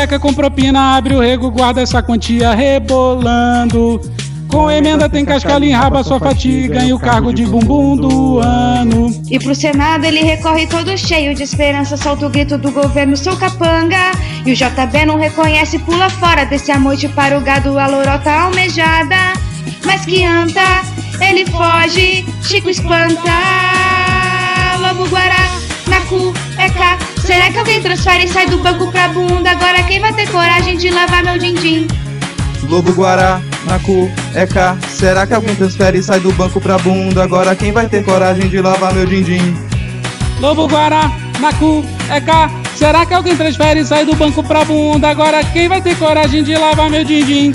checa com propina, abre o rego, guarda essa quantia rebolando. Com emenda tem cascalinho, raba sua fatia, ganha o cargo de bumbum do ano. E pro Senado ele recorre todo cheio de esperança, solta o grito do governo, sou capanga. E o JB não reconhece, pula fora desse amoite para o gado, a lorota almejada. Mas que anda, ele foge, Chico espanta. Lobo Guará, na cueca, será que alguém transfere e sai do banco pra bunda? Agora quem vai ter coragem de lavar meu din-din? Lobo Guará, na cueca, será que alguém transfere e sai do banco pra bunda? Agora quem vai ter coragem de lavar meu din-din? Lobo Guará, na cueca, será que alguém transfere e sai do banco pra bunda? Agora quem vai ter coragem de lavar meu din-din?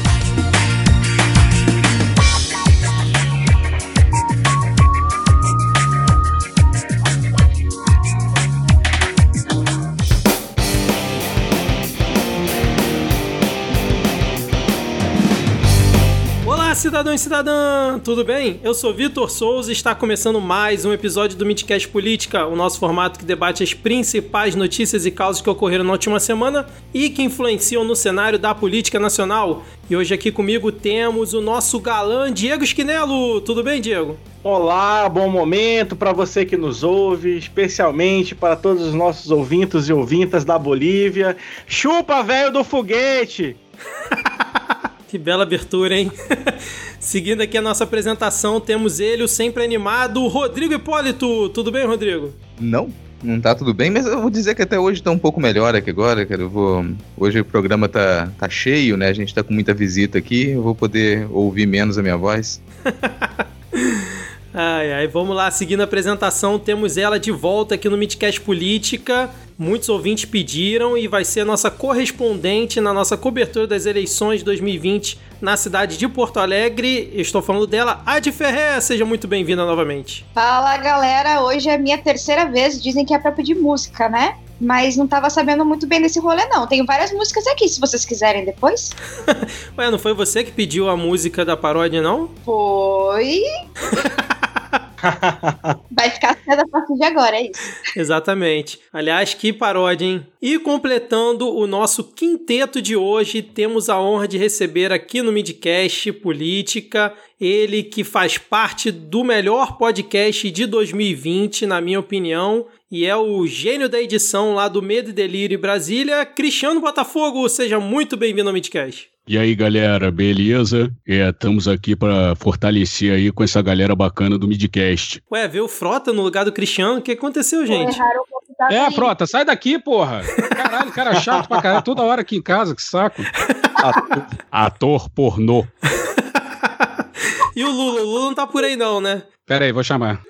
Cidadão e cidadã, tudo bem? Eu sou Vitor Souza e está começando mais um episódio do Midcast Política, o nosso formato que debate as principais notícias e causas que ocorreram na última semana e que influenciam no cenário da política nacional. E hoje aqui comigo temos o nosso galã Diego Schinello. Tudo bem, Diego? Olá, bom momento para você que nos ouve, especialmente para todos os nossos ouvintos e ouvintas da Bolívia. Chupa, velho do foguete! Que bela abertura, hein? Seguindo aqui a nossa apresentação, temos ele, o sempre animado, Rodrigo Hipólito. Tudo bem, Rodrigo? Não tá tudo bem, mas eu vou dizer que até hoje tá um pouco melhor aqui agora, cara. Hoje o programa tá cheio, né? A gente tá com muita visita aqui, eu vou poder ouvir menos a minha voz. Ai, vamos lá, seguindo a apresentação, temos ela de volta aqui no Midcast Política. Muitos ouvintes pediram e vai ser a nossa correspondente na nossa cobertura das eleições de 2020 na cidade de Porto Alegre. Eu estou falando dela, Adi Ferrer. Seja muito bem-vinda novamente. Fala, galera. Hoje é a minha terceira vez. Dizem que é pra pedir música, né? Mas não tava sabendo muito bem desse rolê, não. Tenho várias músicas aqui, se vocês quiserem depois. Ué, não foi você que pediu a música da paródia, não? Foi... Vai ficar cedo a partir de agora, é isso. Exatamente. Aliás, que paródia, hein? E completando o nosso quinteto de hoje, temos a honra de receber aqui no Midcast Política ele que faz parte do melhor podcast de 2020, na minha opinião, e é o gênio da edição lá do Medo e Delírio Brasília, Cristiano Botafogo. Seja muito bem-vindo ao Midcast. E aí, galera, beleza? Estamos aqui para fortalecer aí com essa galera bacana do Midcast. Ué, veio o Frota no lugar do Cristiano? O que aconteceu, gente? Frota, sai daqui, porra. Caralho, cara chato pra caralho, toda hora aqui em casa, que saco. Ator pornô. E o Lula? O Lula não tá por aí não, né? Pera aí, vou chamar.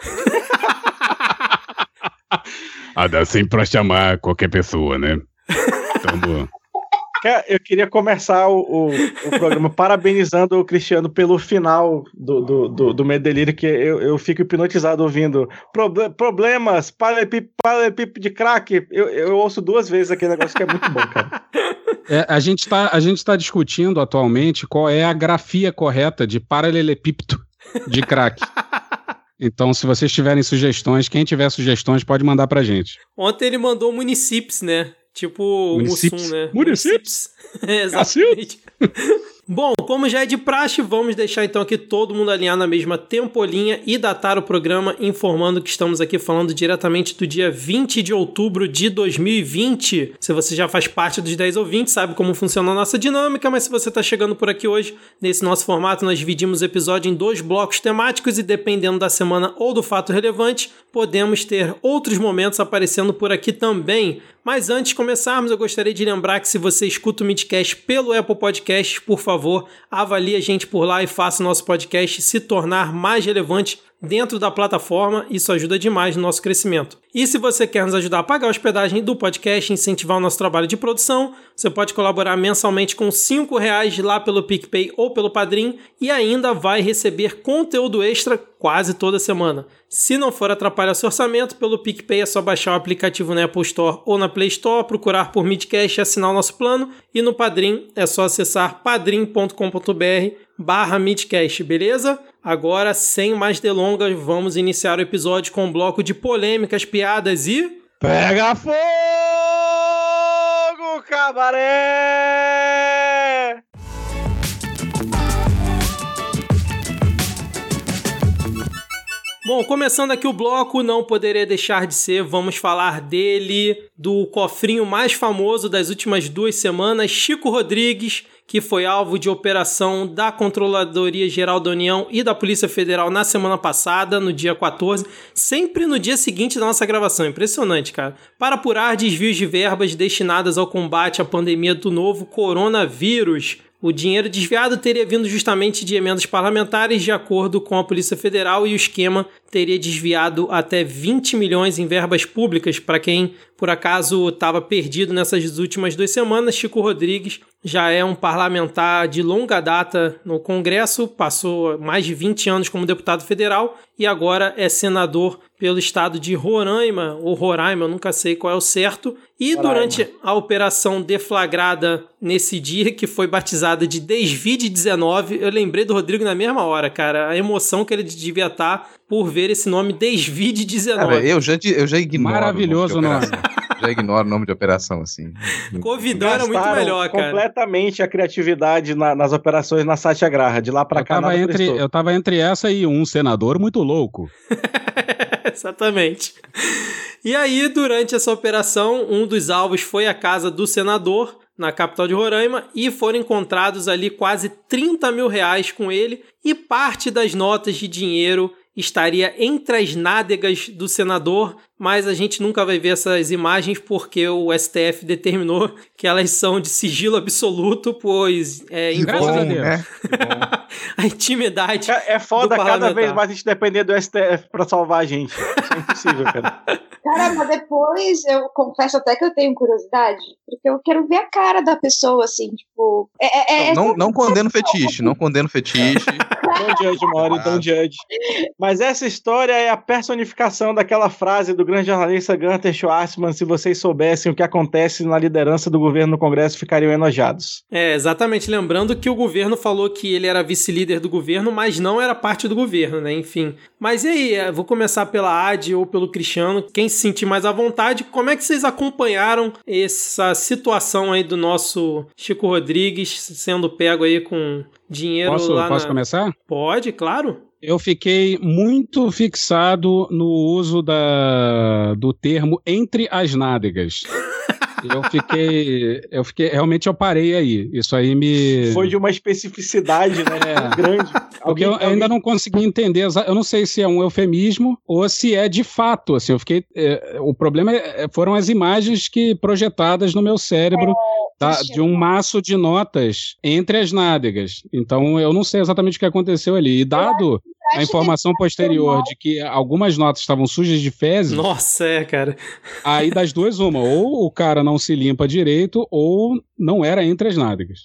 Dá sempre pra chamar qualquer pessoa, né? Tamo... Eu queria começar o programa parabenizando o Cristiano pelo final do Medo Delírio, que eu fico hipnotizado ouvindo problemas, paralelepípedo de crack. Eu ouço 2 vezes aquele negócio que é muito bom, cara. A gente tá discutindo atualmente qual é a grafia correta de paralelepípedo de crack. Então, se vocês tiverem sugestões, quem tiver sugestões pode mandar pra gente. Ontem ele mandou municípios, né? Tipo o Mussum, né? Municípios? Exatamente. Bom, como já é de praxe, vamos deixar então aqui todo mundo alinhar na mesma tempolinha e datar o programa, informando que estamos aqui falando diretamente do dia 20 de outubro de 2020. Se você já faz parte dos 10 ouvintes, sabe como funciona a nossa dinâmica, mas se você está chegando por aqui hoje, nesse nosso formato, nós dividimos o episódio em 2 blocos temáticos e dependendo da semana ou do fato relevante, podemos ter outros momentos aparecendo por aqui também. Mas antes de começarmos, eu gostaria de lembrar que se você escuta o Midcast pelo Apple Podcasts, por favor, avalie a gente por lá e faça o nosso podcast se tornar mais relevante dentro da plataforma. Isso ajuda demais no nosso crescimento. E se você quer nos ajudar a pagar a hospedagem do podcast e incentivar o nosso trabalho de produção, você pode colaborar mensalmente com R$5 lá pelo PicPay ou pelo Padrim e ainda vai receber conteúdo extra quase toda semana. Se não for atrapalhar seu orçamento, pelo PicPay é só baixar o aplicativo na Apple Store ou na Play Store, procurar por Midcast e assinar o nosso plano. E no Padrim é só acessar padrim.com.br/Midcast, beleza? Agora, sem mais delongas, vamos iniciar o episódio com um bloco de polêmicas, piadas e... Pega fogo, cara! Cabaré! Bom, começando aqui o bloco, não poderia deixar de ser, vamos falar dele, do cofrinho mais famoso das últimas 2 semanas, Chico Rodrigues, que foi alvo de operação da Controladoria Geral da União e da Polícia Federal na semana passada, no dia 14, sempre no dia seguinte da nossa gravação. Impressionante, cara. Para apurar desvios de verbas destinadas ao combate à pandemia do novo coronavírus. O dinheiro desviado teria vindo justamente de emendas parlamentares, de acordo com a Polícia Federal, e o esquema teria desviado até 20 milhões em verbas públicas. Para quem, por acaso, estava perdido nessas últimas 2 semanas, Chico Rodrigues já é um parlamentar de longa data no Congresso, passou mais de 20 anos como deputado federal e agora é senador pelo estado de Roraima, ou Roraima, eu nunca sei qual é o certo. E Roraima. Durante a operação deflagrada nesse dia, que foi batizada de Desvide-19, eu lembrei do Rodrigo na mesma hora, cara. A emoção que ele devia estar por ver esse nome Desvide-19. Cara, eu já ignoro. Maravilhoso o nome. Já ignoro o nome de operação, assim. Covidão era muito melhor, cara. Completamente a criatividade nas operações na Satyagraha. De lá pra cá, eu tava entre essa e um senador muito louco. Exatamente. E aí, durante essa operação, um dos alvos foi a casa do senador, na capital de Roraima, e foram encontrados ali quase 30 mil reais com ele, e parte das notas de dinheiro estaria entre as nádegas do senador, mas a gente nunca vai ver essas imagens porque o STF determinou que elas são de sigilo absoluto, pois envolvem a intimidade. É foda cada vez mais a gente depender do STF pra salvar a gente. Isso é impossível, cara. Cara, mas depois eu confesso até que eu tenho curiosidade, porque eu quero ver a cara da pessoa, assim, tipo... Não condeno fetiche, não condeno fetiche. Don't judge, Mauri, don't judge. Mas essa história é a personificação daquela frase do grande jornalista Gunther Schwartzman: se vocês soubessem o que acontece na liderança do governo no Congresso, ficariam enojados. Exatamente. Lembrando que o governo falou que ele era vice-líder do governo, mas não era parte do governo, né? Enfim. Mas e aí? Vou começar pela Adi ou pelo Cristiano. Quem se sentir mais à vontade, como é que vocês acompanharam essa situação aí do nosso Chico Rodrigues sendo pego aí com dinheiro lá Posso começar? Pode, claro. Eu fiquei muito fixado no uso do termo entre as nádegas. Realmente eu parei aí. Isso aí me... Foi de uma especificidade, né? Grande. Porque eu ainda não consegui entender. Eu não sei se é um eufemismo ou se é de fato. Assim, eu fiquei... o problema foram as imagens projetadas no meu cérebro de um maço de notas entre as nádegas. Então eu não sei exatamente o que aconteceu ali. E dado a informação posterior de que algumas notas estavam sujas de fezes... Nossa, cara. Aí das duas, uma. Ou o cara não se limpa direito, ou não era entre as nádegas.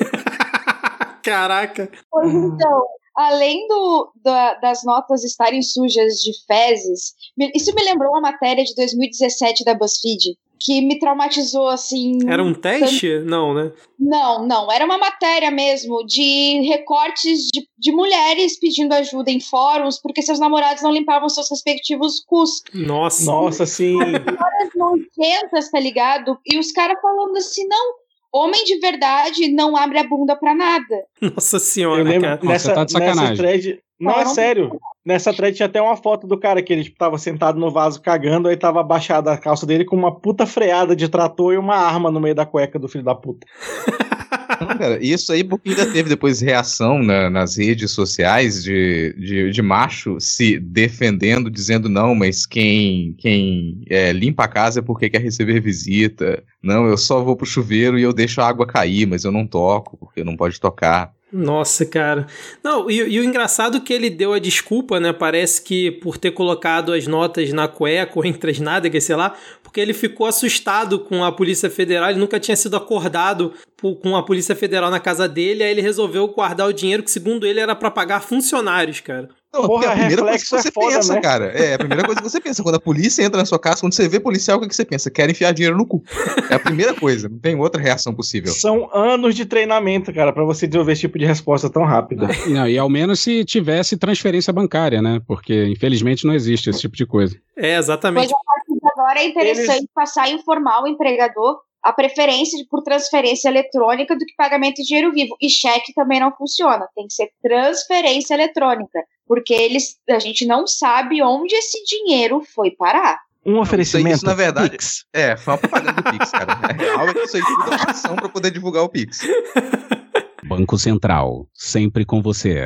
Caraca. Pois então, além das notas estarem sujas de fezes, isso me lembrou uma matéria de 2017 da BuzzFeed, que me traumatizou, assim... Era um teste? Não, né? Não. Era uma matéria mesmo de recortes de mulheres pedindo ajuda em fóruns porque seus namorados não limpavam seus respectivos cus. Nossa, sim. Histórias nojentas, tá ligado? E os caras falando assim, não, homem de verdade não abre a bunda pra nada. Nossa senhora, eu lembro, cara. Nessa thread... Não, é sério. Nessa thread tinha até uma foto do cara que ele tava sentado no vaso cagando, aí tava abaixada a calça dele com uma puta freada de trator e uma arma no meio da cueca do filho da puta. Não, cara, isso aí porque ainda teve depois reação nas redes sociais de macho se defendendo, dizendo não, mas quem limpa a casa é porque quer receber visita. Não, eu só vou pro chuveiro e eu deixo a água cair, mas eu não toco, porque não pode tocar. Nossa, cara. Não, e o engraçado é que ele deu a desculpa, né? Parece que por ter colocado as notas na cueca ou entre as nádegas, sei lá, porque ele ficou assustado com a Polícia Federal, ele nunca tinha sido acordado com a Polícia Federal na casa dele, aí ele resolveu guardar o dinheiro que, segundo ele, era pra pagar funcionários, cara. Não, porra, é a primeira coisa que você pensa, né? Cara. É a primeira coisa que você pensa. Quando a polícia entra na sua casa, quando você vê policial, o que você pensa? Quer enfiar dinheiro no cu. É a primeira coisa. Não tem outra reação possível. São anos de treinamento, cara, pra você desenvolver esse tipo de resposta tão rápida. Não, e ao menos se tivesse transferência bancária, né? Porque, infelizmente, não existe esse tipo de coisa. É, exatamente. Pois a partir de agora é interessante passar a informar o empregador a preferência por transferência eletrônica do que pagamento em dinheiro vivo. E cheque também não funciona, tem que ser transferência eletrônica, porque a gente não sabe onde esse dinheiro foi parar. Um oferecimento. Isso, na verdade, Pix. foi uma propaganda do Pix, cara. É real que isso aí tudo é ação pra poder divulgar o Pix. Banco Central, sempre com você.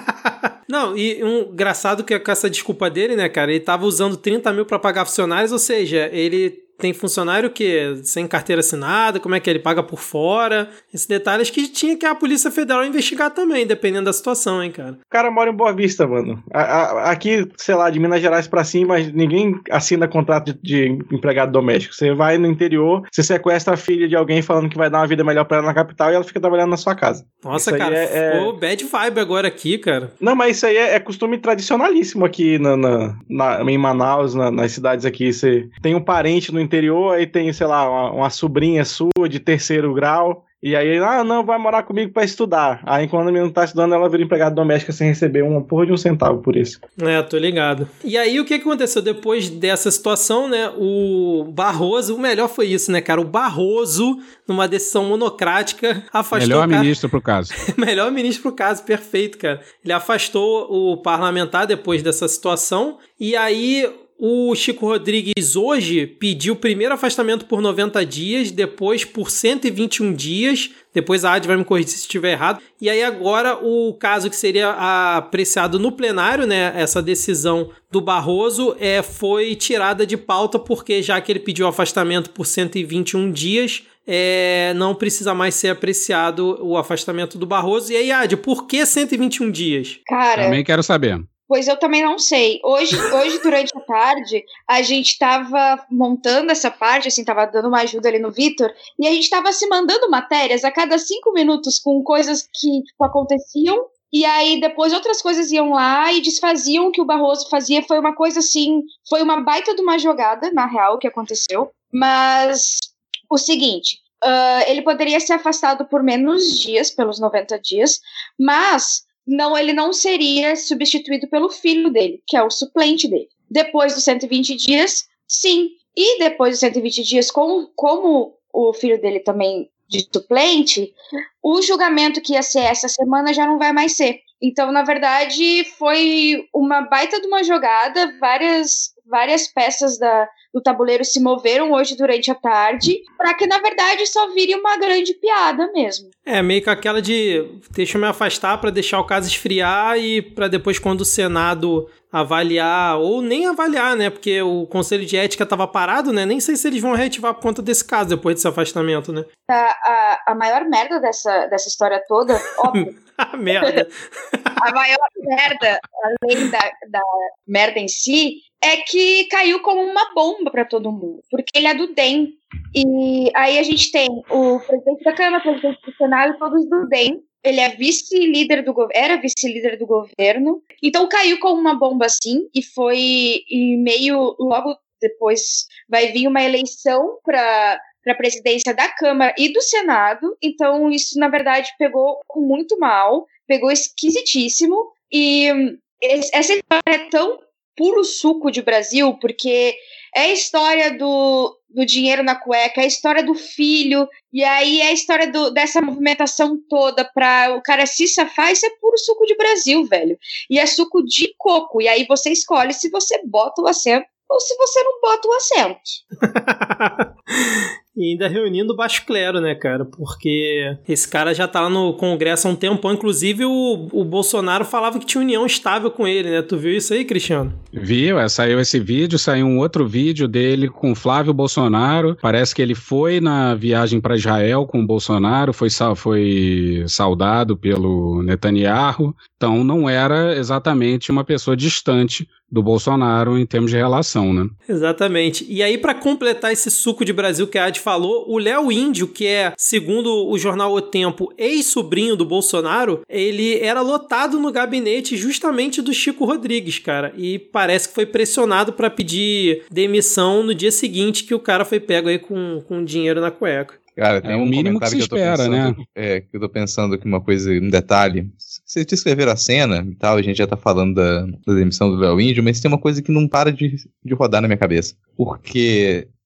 Não, e um engraçado que com essa desculpa dele, né, cara, ele tava usando 30 mil pra pagar funcionários, ou seja, ele tem funcionário que sem carteira assinada, como é que ele paga por fora, esses detalhes que tinha que a Polícia Federal investigar também, dependendo da situação, hein, cara. O cara mora em Boa Vista, mano. Aqui, sei lá, de Minas Gerais pra cima, ninguém assina contrato de empregado doméstico. Você vai no interior, você sequestra a filha de alguém falando que vai dar uma vida melhor pra ela na capital e ela fica trabalhando na sua casa. Nossa, isso cara, ficou bad vibe agora aqui, cara. Não, mas isso aí é costume tradicionalíssimo aqui em Manaus, nas cidades aqui. Você tem um parente no interior, aí tem, sei lá, uma sobrinha sua de 3º grau, e aí, não, vai morar comigo pra estudar. Aí quando a menina não tá estudando, ela vira empregada doméstica sem receber uma porra de 1 centavo por isso. Tô ligado. E aí, o que aconteceu depois dessa situação, né? O Barroso, o melhor foi isso, né, cara? O Barroso, numa decisão monocrática, afastou melhor ministro pro caso. Melhor ministro pro caso, perfeito, cara. Ele afastou o parlamentar depois dessa situação, e aí o Chico Rodrigues hoje pediu primeiro afastamento por 90 dias, depois por 121 dias, depois a AD vai me corrigir se estiver errado, e aí agora o caso que seria apreciado no plenário, né, essa decisão do Barroso, foi tirada de pauta porque já que ele pediu afastamento por 121 dias, não precisa mais ser apreciado o afastamento do Barroso. E aí, Adi, por que 121 dias? Cara, também quero saber. Pois eu também não sei. Hoje durante a tarde, a gente tava montando essa parte, assim, tava dando uma ajuda ali no Vitor, e a gente tava se mandando matérias a cada 5 minutos com coisas que aconteciam, e aí depois outras coisas iam lá e desfaziam o que o Barroso fazia. Foi uma coisa assim, foi uma baita de uma jogada, na real, que aconteceu. Mas o seguinte, ele poderia ser afastado por menos dias, pelos 90 dias, mas ele não seria substituído pelo filho dele, que é o suplente dele. Depois dos 120 dias, sim. E depois dos 120 dias, como o filho dele também de suplente, o julgamento que ia ser essa semana já não vai mais ser. Então, na verdade, foi uma baita de uma jogada, várias peças do tabuleiro se moveram hoje durante a tarde, para que, na verdade, só vire uma grande piada mesmo. Meio que aquela de deixa eu me afastar para deixar o caso esfriar e para depois, quando o Senado avaliar, ou nem avaliar, né, porque o Conselho de Ética estava parado, né, nem sei se eles vão reativar por conta desse caso, depois desse afastamento, né. A maior merda dessa história toda, óbvio. A merda. A maior merda, além da merda em si, é que caiu como uma bomba para todo mundo, porque ele é do DEM. E aí a gente tem o presidente da Câmara, o presidente do Senado, todos do DEM. Ele é vice-líder era vice-líder do governo. Então caiu como uma bomba assim, e meio logo depois vai vir uma eleição para a presidência da Câmara e do Senado. Então isso, na verdade, pegou muito mal, pegou esquisitíssimo. E essa história é tão puro suco de Brasil, porque é a história do dinheiro na cueca, é a história do filho, e aí é a história dessa movimentação toda pra o cara se safar. Isso é puro suco de Brasil, velho. E é suco de coco, e aí você escolhe se você bota o assento ou se você não bota o assento. E ainda reunindo o baixo clero, né, cara? Porque esse cara já tá lá no Congresso há um tempão. Inclusive, o Bolsonaro falava que tinha união estável com ele, né? Tu viu isso aí, Cristiano? Viu? Saiu esse vídeo, saiu um outro vídeo dele com Flávio Bolsonaro. Parece que ele foi na viagem para Israel com o Bolsonaro, foi saudado pelo Netanyahu. Então, não era exatamente uma pessoa distante do Bolsonaro em termos de relação, né? Exatamente. E aí, para completar esse suco de Brasil que a Adi falou, o Léo Índio, que é, segundo o jornal O Tempo, ex-sobrinho do Bolsonaro, ele era lotado no gabinete justamente do Chico Rodrigues, cara. E parece que foi pressionado para pedir demissão no dia seguinte que o cara foi pego aí com dinheiro na cueca. Cara, tem o mínimo que se espera, né? Que eu tô pensando aqui uma coisa, um detalhe. Vocês descreveram a cena e tal, a gente já tá falando da demissão do Léo Índio, mas tem uma coisa que não para de rodar na minha cabeça. Porque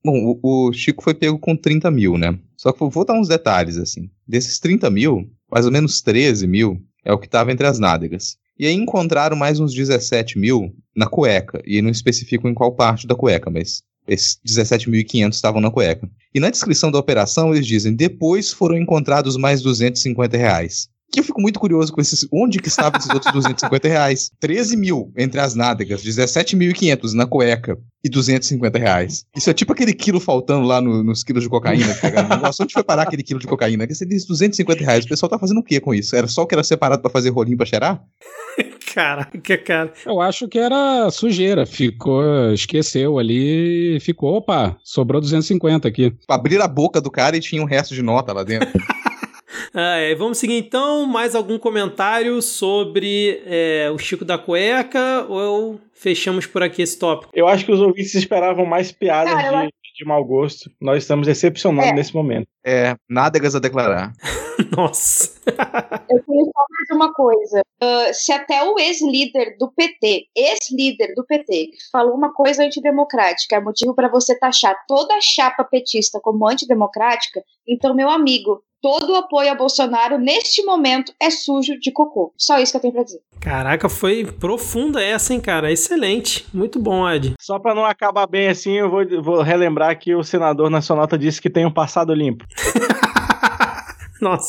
Bom, o Chico foi pego com 30 mil, né? Só que vou dar uns detalhes, assim. Desses 30 mil, mais ou menos 13 mil é o que estava entre as nádegas. E aí encontraram mais uns 17 mil na cueca. E não especificam em qual parte da cueca, mas esses 17.500 estavam na cueca. E na descrição da operação eles dizem, depois foram encontrados mais R$250. Que eu fico muito curioso com esses, onde que estavam esses outros R$250? 13 mil entre as nádegas, 17.500 na cueca e R$250. Isso é tipo aquele quilo faltando lá nos quilos de cocaína. Nossa, onde foi parar aquele quilo de cocaína? Você disse R$250. O pessoal tá fazendo o que com isso? Era só o que era separado pra fazer rolinho pra cheirar? Caraca, cara. Eu acho que era sujeira. Esqueceu ali e ficou, opa, sobrou 250 aqui. Abriram a boca do cara e tinha um resto de nota lá dentro. Vamos seguir então. Mais algum comentário sobre o Chico da Cueca ou fechamos por aqui esse tópico? Eu acho que os ouvintes esperavam mais piadas de mau gosto. Nós estamos decepcionando nesse momento. Nádegas a declarar. Nossa. Eu queria só mais uma coisa. Se até o ex-líder do PT, que falou uma coisa antidemocrática, é motivo para você taxar toda a chapa petista como antidemocrática, então, meu amigo, todo o apoio a Bolsonaro, neste momento, é sujo de cocô. Só isso que eu tenho pra dizer. Caraca, foi profunda essa, hein, cara? Excelente. Muito bom, Ed. Só pra não acabar bem assim, eu vou relembrar que o senador nacional disse que tem um passado limpo. Nossa.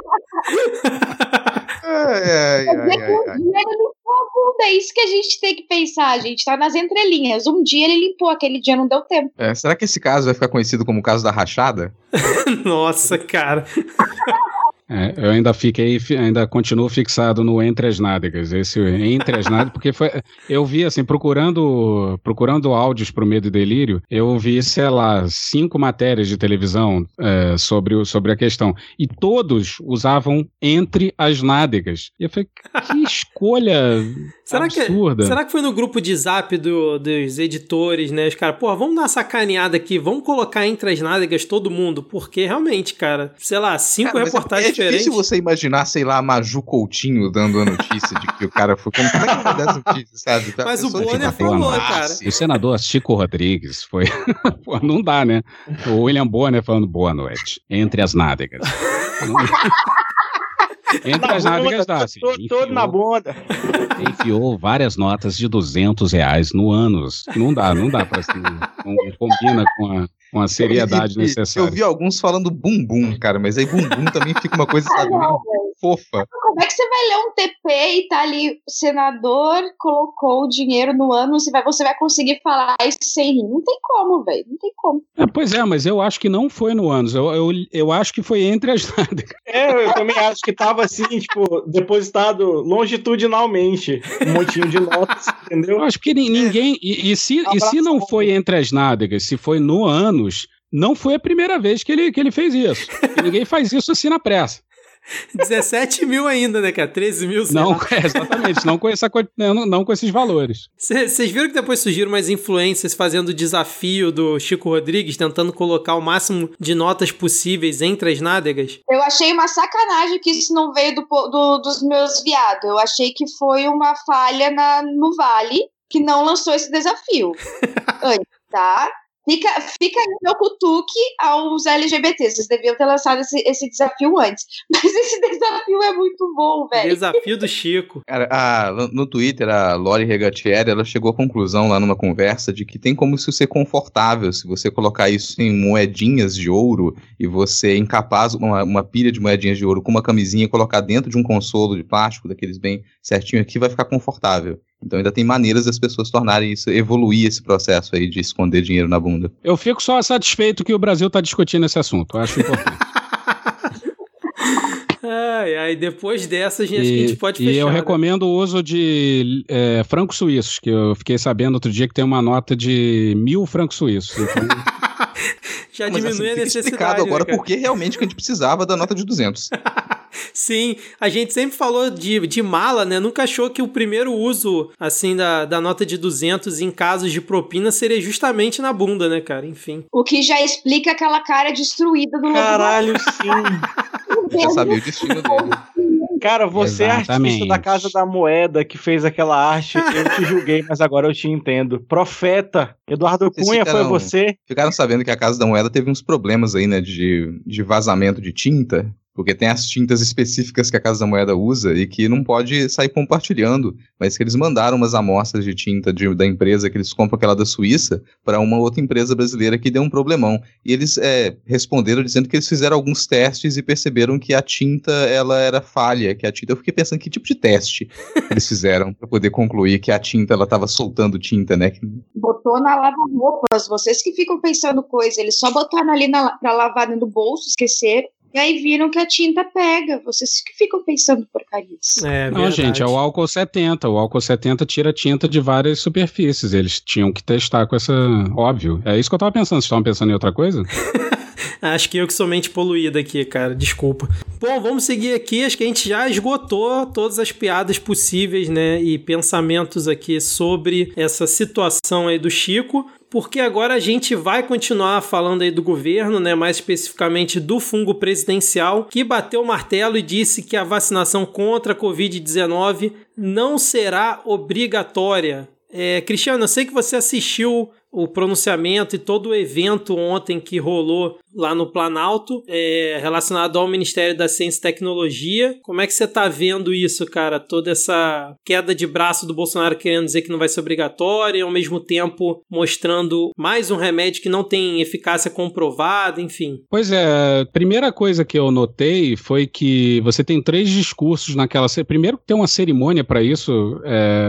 É isso que a gente tem que pensar, gente. Tá nas entrelinhas. Um dia ele limpou, aquele dia não deu tempo. Será que esse caso vai ficar conhecido como o caso da rachada? Nossa, cara. Eu ainda continuo fixado no Entre as Nádegas, esse Entre as Nádegas, porque eu vi assim, procurando áudios pro Medo e Delírio, eu vi, sei lá, 5 matérias de televisão sobre a questão, e todos usavam Entre as Nádegas. E eu falei, que escolha absurda. Será que foi no grupo de zap dos editores, né, os caras, vamos dar uma sacaneada aqui, vamos colocar Entre as Nádegas todo mundo, porque realmente, cara, sei lá, 5 reportagens. É difícil você imaginar, sei lá, a Maju Coutinho dando a notícia de que o cara foi... Como é que vai dar essa notícia, sabe? Mas o Bonner falou, cara. O senador Chico Rodrigues foi... Pô, não dá, né? O William Bonner falando boa noite. Entre as nádegas. Entre as nádegas dá. Assim, todo na bunda. Enfiou várias notas de R$200 no ânus. Não dá pra assim... Não combina com a seriedade necessária. Eu vi alguns falando bumbum, cara, mas aí bumbum também fica uma coisa, sabe, meio fofa. Como é que você vai ler um TP e tá ali, o senador colocou o dinheiro no ânus e você vai conseguir falar isso sem rir? Não tem como, velho, não tem como. Pois é, mas eu acho que não foi no ânus, eu acho que foi entre as nádegas. Eu também acho que tava assim, tipo, depositado longitudinalmente, um montinho de notas, entendeu? Eu acho que ninguém, e se não foi entre as nádegas, se foi no ânus, não foi a primeira vez que ele fez isso. E ninguém faz isso assim na pressa. 17 mil ainda, né, cara? 13 mil, não, exatamente, não com esses valores. Vocês viram que depois surgiram umas influências fazendo o desafio do Chico Rodrigues, tentando colocar o máximo de notas possíveis entre as nádegas? Eu achei uma sacanagem que isso não veio dos meus viados. Eu achei que foi uma falha no Vale que não lançou esse desafio antes, tá? Fica aí o meu cutuque aos LGBTs. Vocês deviam ter lançado esse desafio antes. Mas esse desafio é muito bom, velho. Desafio do Chico. Cara, no Twitter, a Lori Regatieri, ela chegou à conclusão lá numa conversa de que tem como isso ser confortável se você colocar isso em moedinhas de ouro e você encapar uma pilha de moedinhas de ouro com uma camisinha e colocar dentro de um consolo de plástico, daqueles bem certinho aqui, vai ficar confortável. Então ainda tem maneiras das pessoas tornarem isso, evoluir esse processo aí de esconder dinheiro na bunda. Eu fico só satisfeito que o Brasil está discutindo esse assunto, eu acho importante. Depois dessa acho que a gente pode fechar. E eu recomendo o uso de francos suíços, que eu fiquei sabendo outro dia que tem uma nota de 1.000 francos suíços. Então... Já diminui a necessidade. Explicado agora porque realmente que a gente precisava da nota de 200. Sim, a gente sempre falou de mala, né? Nunca achou que o primeiro uso, assim, da nota de 200 em casos de propina seria justamente na bunda, né, cara? Enfim. O que já explica aquela cara destruída do Caralho, sim. Eu já sabia o destino dele. Cara, você é artista Exatamente. da Casa da Moeda que fez aquela arte, eu te julguei, mas agora eu te entendo. Profeta, Eduardo Vocês Cunha, ficaram- foi você? Ficaram sabendo que a Casa da Moeda teve uns problemas aí, né, de vazamento de tinta, porque tem as tintas específicas que a Casa da Moeda usa e que não pode sair compartilhando, mas que eles mandaram umas amostras de tinta da empresa que eles compram, aquela da Suíça, para uma outra empresa brasileira que deu um problemão. E eles responderam dizendo que eles fizeram alguns testes e perceberam que a tinta, ela era falha, que a tinta... Eu fiquei pensando que tipo de teste eles fizeram para poder concluir que a tinta, ela estava soltando tinta, né? Botou na lava-roupas, vocês que ficam pensando coisa, eles só botaram ali pra lavar dentro do bolso, esqueceram, e aí viram que a tinta pega. Vocês que ficam pensando porcarias. Não, verdade. gente, é o álcool 70. O álcool 70 tira tinta de várias superfícies. Eles tinham que testar com essa... Óbvio. É isso que eu tava pensando. Vocês estavam pensando em outra coisa? Acho que eu que sou mente poluída aqui, cara. Desculpa. Bom, vamos seguir aqui. Acho que a gente já esgotou todas as piadas possíveis, né? E pensamentos aqui sobre essa situação aí do Chico. Porque agora a gente vai continuar falando aí do governo, né? Mais especificamente do fungo presidencial, que bateu o martelo e disse que a vacinação contra a Covid-19 não será obrigatória. Cristiano, eu sei que você assistiu o pronunciamento e todo o evento ontem que rolou lá no Planalto, relacionado ao Ministério da Ciência e Tecnologia. Como é que você tá vendo isso, cara? Toda essa queda de braço do Bolsonaro querendo dizer que não vai ser obrigatório e ao mesmo tempo mostrando mais um remédio que não tem eficácia comprovada, enfim. Pois é, a primeira coisa que eu notei foi que você tem 3 discursos naquela... Primeiro, ter uma cerimônia para isso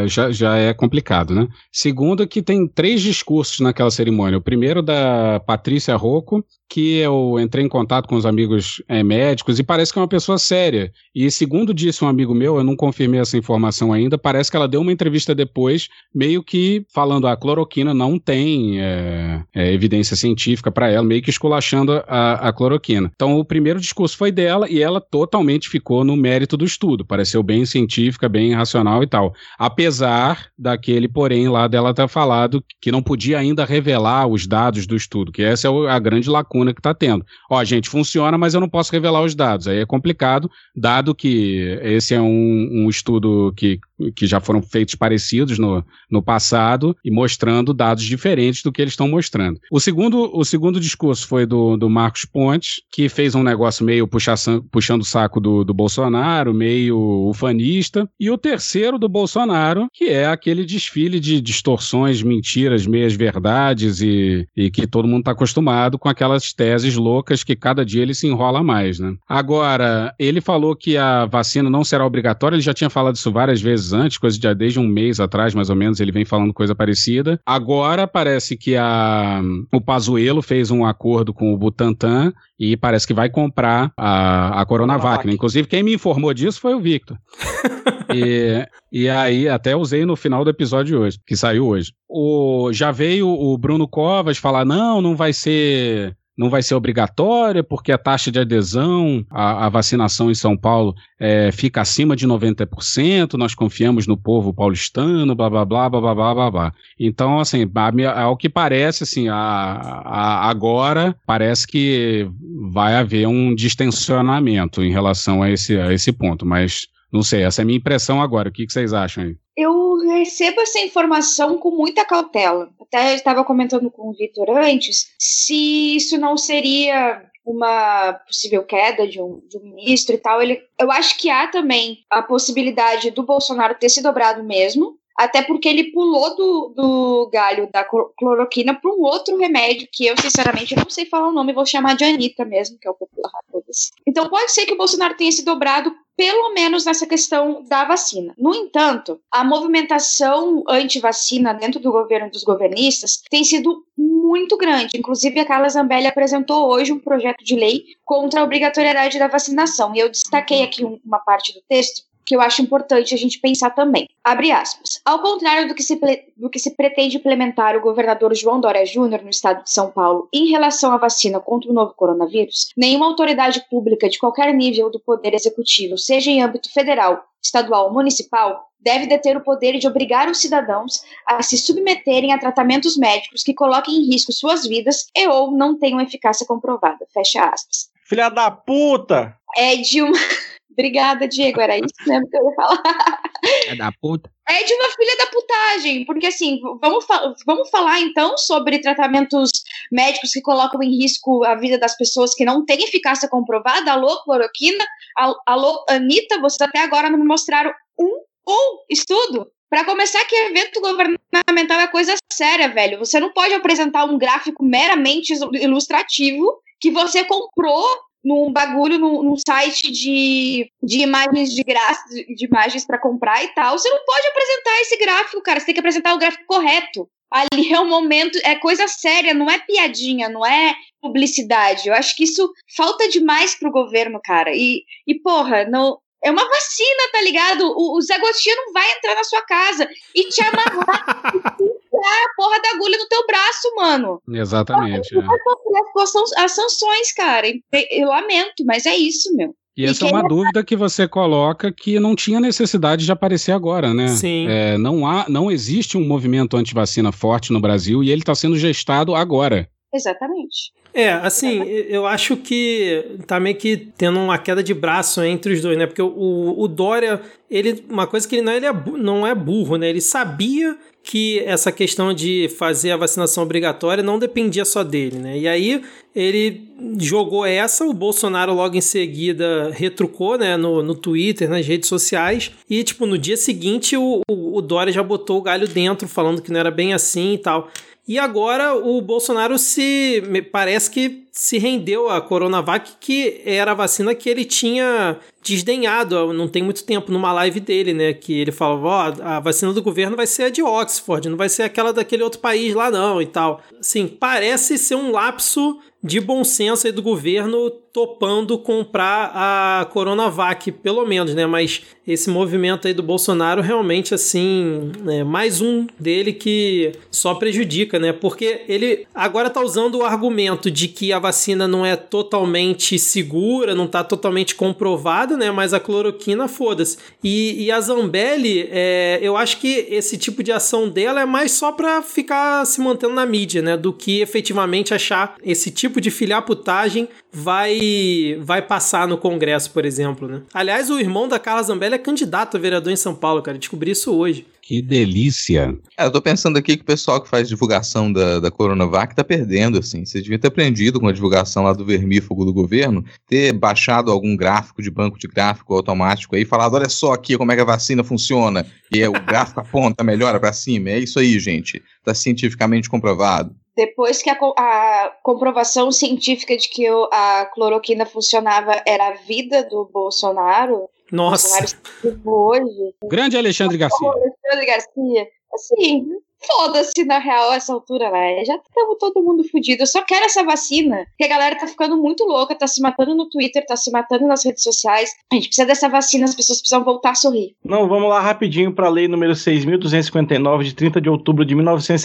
já é complicado, né? Segundo, que tem 3 discursos naquela cerimônia. O primeiro da Patrícia Rocco, que eu entrei em contato com os amigos médicos e parece que é uma pessoa séria. E segundo disse um amigo meu, eu não confirmei essa informação ainda, parece que ela deu uma entrevista depois, meio que falando a cloroquina não tem evidência científica para ela, meio que esculachando a cloroquina. Então o primeiro discurso foi dela e ela totalmente ficou no mérito do estudo, pareceu bem científica, bem racional e tal. Apesar daquele porém lá dela ter falado que não podia ainda revelar os dados do estudo, que essa é a grande lacuna que está tendo. Ó, gente, funciona, mas eu não posso revelar os dados. Aí é complicado, dado que esse é um estudo que já foram feitos parecidos no passado e mostrando dados diferentes do que eles estão mostrando. O segundo discurso foi do Marcos Pontes, que fez um negócio meio puxando o saco do Bolsonaro, meio ufanista. E o terceiro do Bolsonaro, que é aquele desfile de distorções, mentiras, meias verdades e que todo mundo está acostumado com aquelas teses loucas que cada dia ele se enrola mais, né? Agora, ele falou que a vacina não será obrigatória, ele já tinha falado isso várias vezes antes, coisa de desde um mês atrás, mais ou menos, ele vem falando coisa parecida. Agora parece que o Pazuello fez um acordo com o Butantan e parece que vai comprar a Coronavac, né? Inclusive, quem me informou disso foi o Victor. E aí, até usei no final do episódio de hoje, que saiu hoje. Já veio o Bruno Covas falar, não vai ser obrigatória, porque a taxa de adesão à vacinação em São Paulo fica acima de 90%, nós confiamos no povo paulistano, blá, blá, blá, blá, blá, blá, blá, blá. Então, assim, ao que parece, assim, agora parece que vai haver um distensionamento em relação a esse ponto, mas não sei, essa é a minha impressão agora. O que vocês acham aí? Eu recebo essa informação com muita cautela. Até eu estava comentando com o Vitor antes se isso não seria uma possível queda de um ministro e tal. Eu acho que há também a possibilidade do Bolsonaro ter se dobrado mesmo, até porque ele pulou do galho da cloroquina para um outro remédio que eu, sinceramente, não sei falar o nome, vou chamar de Anitta mesmo, que é o popular. Então pode ser que o Bolsonaro tenha se dobrado pelo menos nessa questão da vacina. No entanto, a movimentação anti-vacina dentro do governo dos governistas tem sido muito grande. Inclusive, a Carla Zambelli apresentou hoje um projeto de lei contra a obrigatoriedade da vacinação. E eu destaquei aqui uma parte do texto que eu acho importante a gente pensar também. Abre aspas. Ao contrário do que se pretende implementar o governador João Dória Júnior no estado de São Paulo em relação à vacina contra o novo coronavírus, nenhuma autoridade pública de qualquer nível do poder executivo, seja em âmbito federal, estadual ou municipal, deve deter o poder de obrigar os cidadãos a se submeterem a tratamentos médicos que coloquem em risco suas vidas e ou não tenham eficácia comprovada. Fecha aspas. Filha da puta! É de uma... Obrigada, Diego, era isso mesmo que eu ia falar. É da puta. É de uma filha da putagem, porque assim, vamos falar então sobre tratamentos médicos que colocam em risco a vida das pessoas que não têm eficácia comprovada. Alô, cloroquina? Alô, Anitta, vocês até agora não me mostraram um estudo? Para começar, que evento governamental é coisa séria, velho. Você não pode apresentar um gráfico meramente ilustrativo que você comprou num bagulho, num site de imagens de graça, de imagens para comprar e tal. Você não pode apresentar esse gráfico, cara. Você tem que apresentar o gráfico correto. Ali é um momento, é coisa séria, não é piadinha, não é publicidade. Eu acho que isso falta demais pro governo, cara. E porra, não... É uma vacina, tá ligado? O Zé Gotinha não vai entrar na sua casa e te amarrar e enfiar a porra da agulha no teu braço, mano. Exatamente. As sanções, cara. Eu lamento, mas é isso, meu. E essa é uma dúvida que você coloca que não tinha necessidade de aparecer agora, né? Sim. Não existe um movimento antivacina forte no Brasil e ele está sendo gestado agora. Exatamente. Assim, eu acho que tá meio que tendo uma queda de braço entre os dois, né? Porque o Dória, uma coisa que ele não é burro, né? Ele sabia que essa questão de fazer a vacinação obrigatória não dependia só dele, né? E aí ele jogou o Bolsonaro logo em seguida retrucou, né, no Twitter, nas redes sociais, e tipo, no dia seguinte o Dória já botou o galho dentro, falando que não era bem assim e tal. E agora o Bolsonaro parece que se rendeu à Coronavac, que era a vacina que ele tinha desdenhado não tem muito tempo, numa live dele, né? Que ele falava, a vacina do governo vai ser a de Oxford, não vai ser aquela daquele outro país lá não e tal. Assim, parece ser um lapso de bom senso aí do governo topando comprar a Coronavac, pelo menos, né? Mas esse movimento aí do Bolsonaro realmente, assim, é mais um dele que só prejudica, né? Porque ele agora tá usando o argumento de que a vacina não é totalmente segura, não tá totalmente comprovada, né? Mas a cloroquina, foda-se. E a Zambelli, eu acho que esse tipo de ação dela é mais só pra ficar se mantendo na mídia, né? Do que efetivamente achar esse tipo de filhaputagem vai passar no Congresso, por exemplo, né? Aliás, o irmão da Carla Zambelli é candidato a vereador em São Paulo, cara. Descobri isso hoje. Que delícia. Eu tô pensando aqui que o pessoal que faz divulgação da Coronavac tá perdendo, assim. Você devia ter aprendido com a divulgação lá do vermífugo do governo, ter baixado algum gráfico de banco de gráfico automático aí e falado, olha só aqui como é que a vacina funciona. E o gráfico aponta, melhora pra cima. É isso aí, gente. Tá cientificamente comprovado. Depois que a comprovação científica de que a cloroquina funcionava era a vida do Bolsonaro. Nossa. Hoje. Grande Alexandre Garcia. Alexandre Garcia. Assim, foda-se na real essa altura, né? Já estamos todo mundo fudido. Eu só quero essa vacina. Porque a galera tá ficando muito louca, tá se matando no Twitter, tá se matando nas redes sociais. A gente precisa dessa vacina, as pessoas precisam voltar a sorrir. Não, vamos lá rapidinho para a lei número 6.259, de 30 de outubro de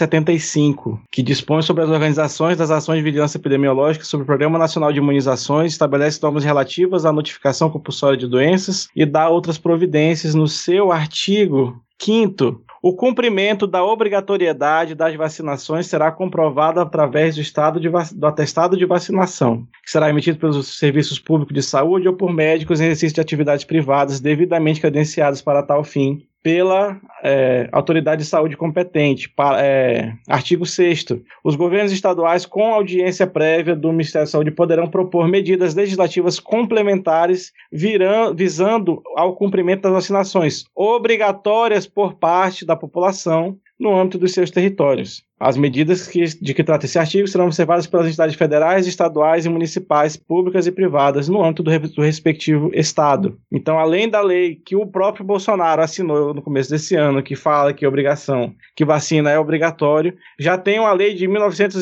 1975, que dispõe sobre as organizações das ações de vigilância epidemiológica sobre o Programa Nacional de Imunizações, estabelece normas relativas à notificação compulsória de doenças e dá outras providências no seu artigo 5º. O cumprimento da obrigatoriedade das vacinações será comprovado através do atestado de vacinação, que será emitido pelos serviços públicos de saúde ou por médicos em exercício de atividades privadas devidamente credenciados para tal fim pela autoridade de saúde competente. Artigo 6º. Os governos estaduais, com audiência prévia do Ministério da Saúde, poderão propor medidas legislativas complementares visando ao cumprimento das vacinações obrigatórias por parte da população no âmbito dos seus territórios. As medidas de que trata esse artigo serão observadas pelas entidades federais, estaduais e municipais, públicas e privadas, no âmbito do respectivo estado. Então, além da lei que o próprio Bolsonaro assinou no começo desse ano, que fala que que vacina é obrigatório, já tem uma lei de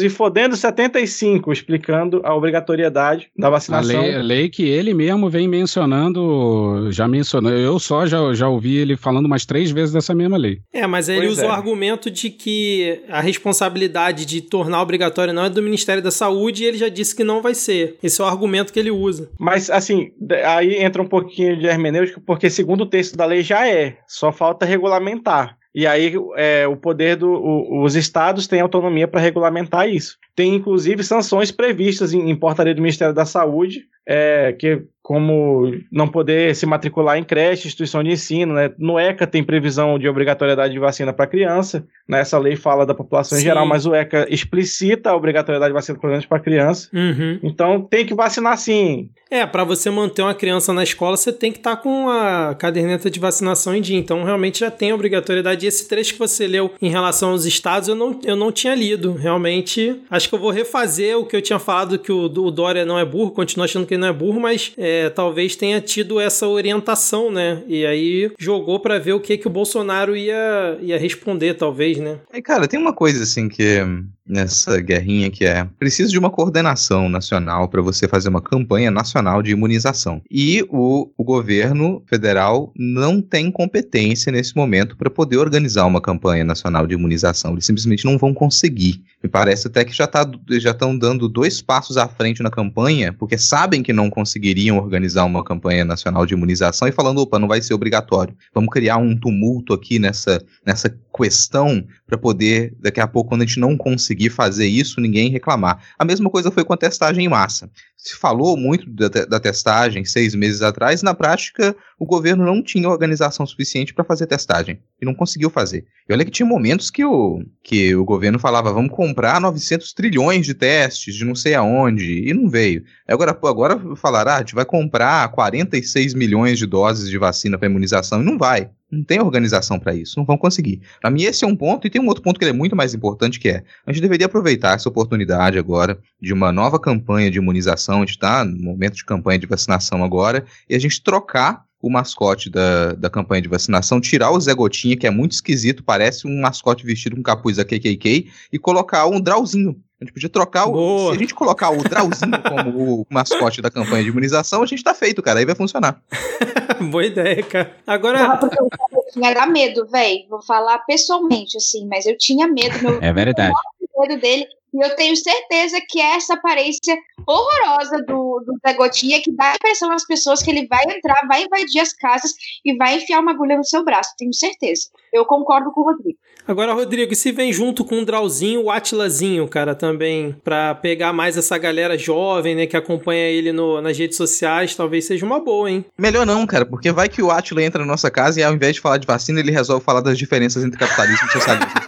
1975 explicando a obrigatoriedade da vacinação. A lei que ele mesmo vem mencionando, já mencionou, eu só já ouvi ele falando umas 3 vezes dessa mesma lei. Mas ele usou o argumento de que a responsabilidade de tornar obrigatório não é do Ministério da Saúde e ele já disse que não vai ser. Esse é o argumento que ele usa. Mas, assim, aí entra um pouquinho de hermenêutica, porque segundo o texto da lei já só falta regulamentar. E aí o poder os estados têm autonomia para regulamentar isso. Tem, inclusive, sanções previstas em portaria do Ministério da Saúde, que como não poder se matricular em creche, instituição de ensino, né? No ECA tem previsão de obrigatoriedade de vacina para criança, né? Essa lei fala da população em geral, mas o ECA explicita a obrigatoriedade de vacina para criança. Então tem que vacinar sim. Para você manter uma criança na escola, você tem que estar com a caderneta de vacinação em dia. Então, realmente já tem obrigatoriedade. E esse trecho que você leu em relação aos estados, eu não tinha lido. Realmente, acho que eu vou refazer o que eu tinha falado, que o Dória não é burro, continuo achando que ele não é burro, mas talvez tenha tido essa orientação, né? E aí jogou pra ver o que o Bolsonaro ia responder, talvez, né? Cara, tem uma coisa assim que nessa guerrinha que preciso de uma coordenação nacional para você fazer uma campanha nacional de imunização. E o governo federal não tem competência nesse momento para poder organizar uma campanha nacional de imunização. Eles simplesmente não vão conseguir. Me parece até que já estão dando 2 passos à frente na campanha, porque sabem que não conseguiriam organizar uma campanha nacional de imunização e falando, opa, não vai ser obrigatório. Vamos criar um tumulto aqui nessa questão para poder, daqui a pouco, quando a gente não conseguir fazer isso, ninguém reclamar. A mesma coisa foi com a testagem em massa. Se falou muito da testagem 6 meses atrás, na prática, o governo não tinha organização suficiente para fazer testagem, e não conseguiu fazer. E olha que tinha momentos que o governo falava, vamos comprar 900 trilhões de testes de não sei aonde, e não veio. Agora falaram, a gente vai comprar 46 milhões de doses de vacina para imunização, e não vai. Não tem organização para isso, não vão conseguir. Para mim esse é um ponto, e tem um outro ponto que é muito mais importante, que a gente deveria aproveitar essa oportunidade agora de uma nova campanha de imunização. A gente está no momento de campanha de vacinação agora, e a gente trocar o mascote da campanha de vacinação, tirar o Zé Gotinha, que é muito esquisito, parece um mascote vestido com capuz da KKK, e colocar um Drauzinho. A gente podia trocar se a gente colocar o Drauzinho como o mascote da campanha de imunização, a gente tá feito, cara, aí vai funcionar. Boa ideia, cara. Agora... Porque eu tinha dar medo, velho. Vou falar pessoalmente, assim, mas eu tinha medo. É verdade. Medo dele. E eu tenho certeza que é essa aparência horrorosa do Zé Gotinha, que dá a impressão nas pessoas que ele vai entrar, vai invadir as casas e vai enfiar uma agulha no seu braço. Tenho certeza. Eu concordo com o Rodrigo. Agora, Rodrigo, se vem junto com o Drauzinho, o Atilazinho, cara, também, pra pegar mais essa galera jovem, né, que acompanha ele nas redes sociais, talvez seja uma boa, hein? Melhor não, cara, porque vai que o Atila entra na nossa casa e ao invés de falar de vacina, ele resolve falar das diferenças entre capitalismo e socialismo.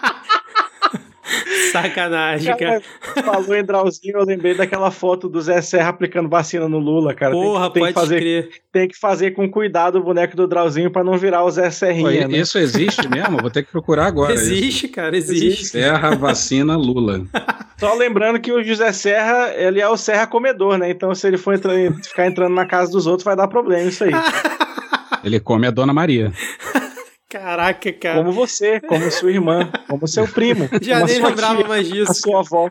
Sacanagem, cara. Falou em Drauzinho, eu lembrei daquela foto do Zé Serra aplicando vacina no Lula, cara. Porra, pode crer. Tem que fazer com cuidado o boneco do Drauzinho pra não virar o Zé Serrinha, né? Isso existe mesmo? Vou ter que procurar agora. Existe, isso. Cara, existe. Serra, vacina, Lula. Só lembrando que o José Serra, ele é o Serra comedor, né? Então se ele for ficar entrando na casa dos outros, vai dar problema isso aí. Ele come a Dona Maria. Caraca, cara. Como você, como sua irmã, como seu primo. Já nem lembrava mais disso. A sua avó.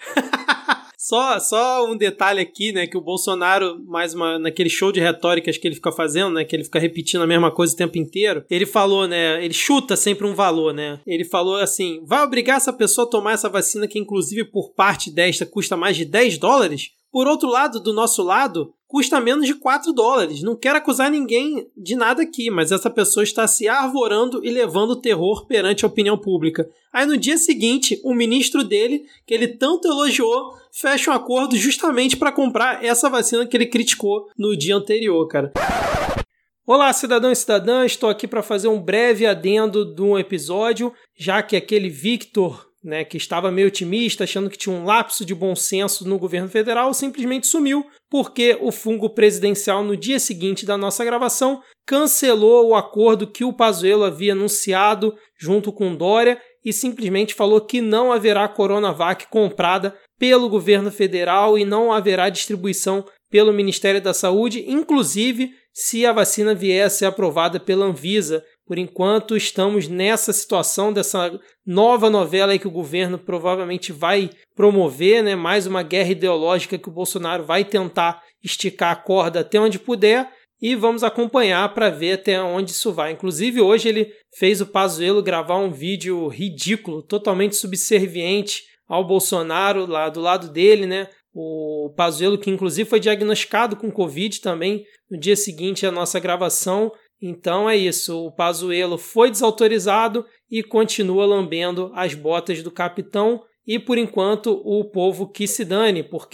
Só um detalhe aqui, né, que o Bolsonaro, naquele show de retóricas que ele fica fazendo, né, que ele fica repetindo a mesma coisa o tempo inteiro, ele falou, né, ele chuta sempre um valor, né, ele falou assim, vai obrigar essa pessoa a tomar essa vacina que inclusive por parte desta custa mais de $10? Por outro lado, do nosso lado, custa menos de $4. Não quero acusar ninguém de nada aqui, mas essa pessoa está se arvorando e levando terror perante a opinião pública. Aí no dia seguinte, o ministro dele, que ele tanto elogiou, fecha um acordo justamente para comprar essa vacina que ele criticou no dia anterior, cara. Olá, cidadão e cidadã, estou aqui para fazer um breve adendo de um episódio, já que aquele Victor, né, que estava meio otimista, achando que tinha um lapso de bom senso no governo federal, simplesmente sumiu, porque o fungo presidencial, no dia seguinte da nossa gravação, cancelou o acordo que o Pazuello havia anunciado junto com Dória e simplesmente falou que não haverá Coronavac comprada pelo governo federal e não haverá distribuição pelo Ministério da Saúde, inclusive se a vacina vier a ser aprovada pela Anvisa. Por enquanto, estamos nessa situação dessa nova novela aí que o governo provavelmente vai promover, né? Mais uma guerra ideológica que o Bolsonaro vai tentar esticar a corda até onde puder e vamos acompanhar para ver até onde isso vai. Inclusive, hoje ele fez o Pazuello gravar um vídeo ridículo, totalmente subserviente ao Bolsonaro lá do lado dele, né? O Pazuello, que inclusive foi diagnosticado com Covid também no dia seguinte à nossa gravação. Então é isso, o Pazuello foi desautorizado e continua lambendo as botas do capitão e por enquanto o povo que se dane, porque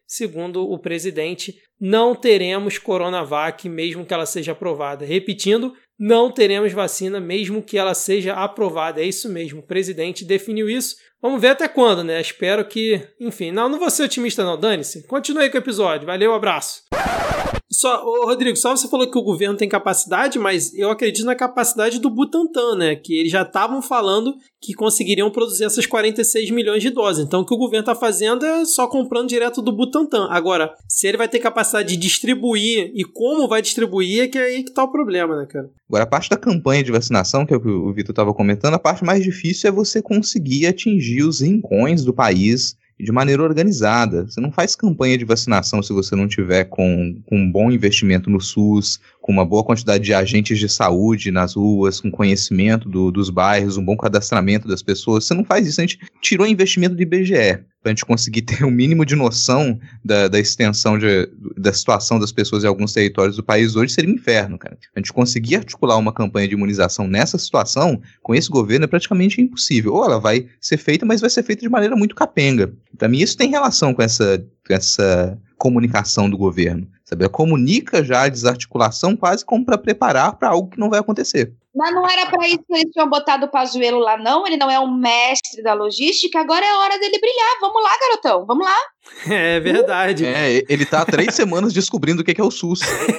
segundo o presidente, não teremos Coronavac mesmo que ela seja aprovada. Repetindo, não teremos vacina mesmo que ela seja aprovada. É isso mesmo, o presidente definiu isso. Vamos ver até quando, né? Espero que... Enfim, não vou ser otimista não, dane-se. Continue aí com o episódio. Valeu, abraço. Rodrigo, só você falou que o governo tem capacidade, mas eu acredito na capacidade do Butantan, né? Que eles já estavam falando que conseguiriam produzir essas 46 milhões de doses. Então, o que o governo está fazendo é só comprando direto do Butantan. Agora, se ele vai ter capacidade de distribuir e como vai distribuir, é que aí que tá o problema, né, cara? Agora, a parte da campanha de vacinação, que é o que o Vitor estava comentando, a parte mais difícil é você conseguir atingir os rincões do país de maneira organizada. Você não faz campanha de vacinação se você não tiver com um bom investimento no SUS, com uma boa quantidade de agentes de saúde nas ruas, com conhecimento dos bairros, um bom cadastramento das pessoas. Você não faz isso. A gente tirou investimento do IBGE para a gente conseguir ter um mínimo de noção da extensão da situação das pessoas em alguns territórios do país hoje. Seria um inferno, cara. A gente conseguir articular uma campanha de imunização nessa situação, com esse governo, é praticamente impossível. Ou ela vai ser feita, mas vai ser feita de maneira muito capenga. Para mim, isso tem relação com essa comunicação do governo. Sabe? Comunica já a desarticulação quase como para preparar para algo que não vai acontecer. Mas não era para isso que eles tinham botado o Pazuello lá, não? Ele não é um mestre da logística, agora é hora dele brilhar. Vamos lá, garotão, vamos lá. É verdade. Ele tá há 3 semanas descobrindo o que é o SUS.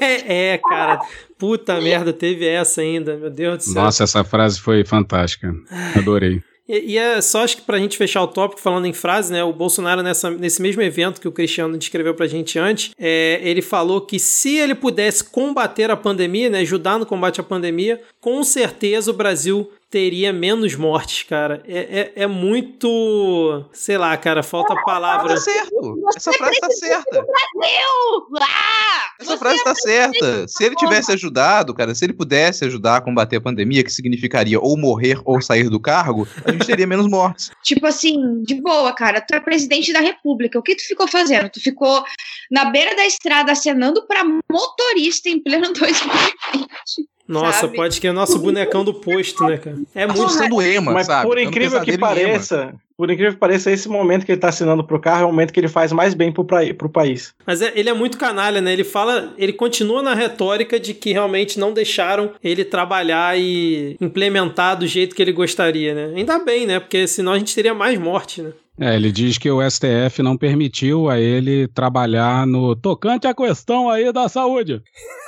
Cara. Puta merda, teve essa ainda, meu Deus do céu. Nossa, essa frase foi fantástica. Adorei. E é só, acho que pra gente fechar o tópico, falando em frase, né, o Bolsonaro nesse mesmo evento que o Cristiano descreveu pra gente antes, ele falou que se ele pudesse combater a pandemia, né, ajudar no combate à pandemia, com certeza o Brasil teria menos mortes, cara. É muito... Sei lá, cara, falta palavra. Tá certo. Essa frase tá certa. Essa frase tá certa. Se ele tivesse ajudado, cara, se ele pudesse ajudar a combater a pandemia, que significaria ou morrer ou sair do cargo, a gente teria menos mortes. Tipo assim, de boa, cara, tu é presidente da República, o que tu ficou fazendo? Tu ficou na beira da estrada acenando pra motorista em pleno 2020. Nossa, sabe? Pode que é nosso bonecão do posto, né, cara? É muito sendo ema, mas sabe? Por incrível que pareça, esse momento que ele tá assinando pro carro é o momento que ele faz mais bem pro país. Mas ele é muito canalha, né? Ele continua na retórica de que realmente não deixaram ele trabalhar e implementar do jeito que ele gostaria, né? Ainda bem, né? Porque senão a gente teria mais morte, né? Ele diz que o STF não permitiu a ele trabalhar no tocante à questão aí da saúde.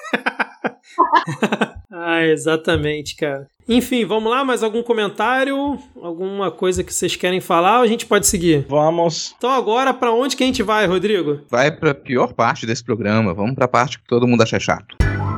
Exatamente, cara. Enfim, vamos lá, mais algum comentário? Alguma coisa que vocês querem falar ou a gente pode seguir? Vamos. Então agora, pra onde que a gente vai, Rodrigo? Vai pra pior parte desse programa. Vamos pra parte que todo mundo acha chato.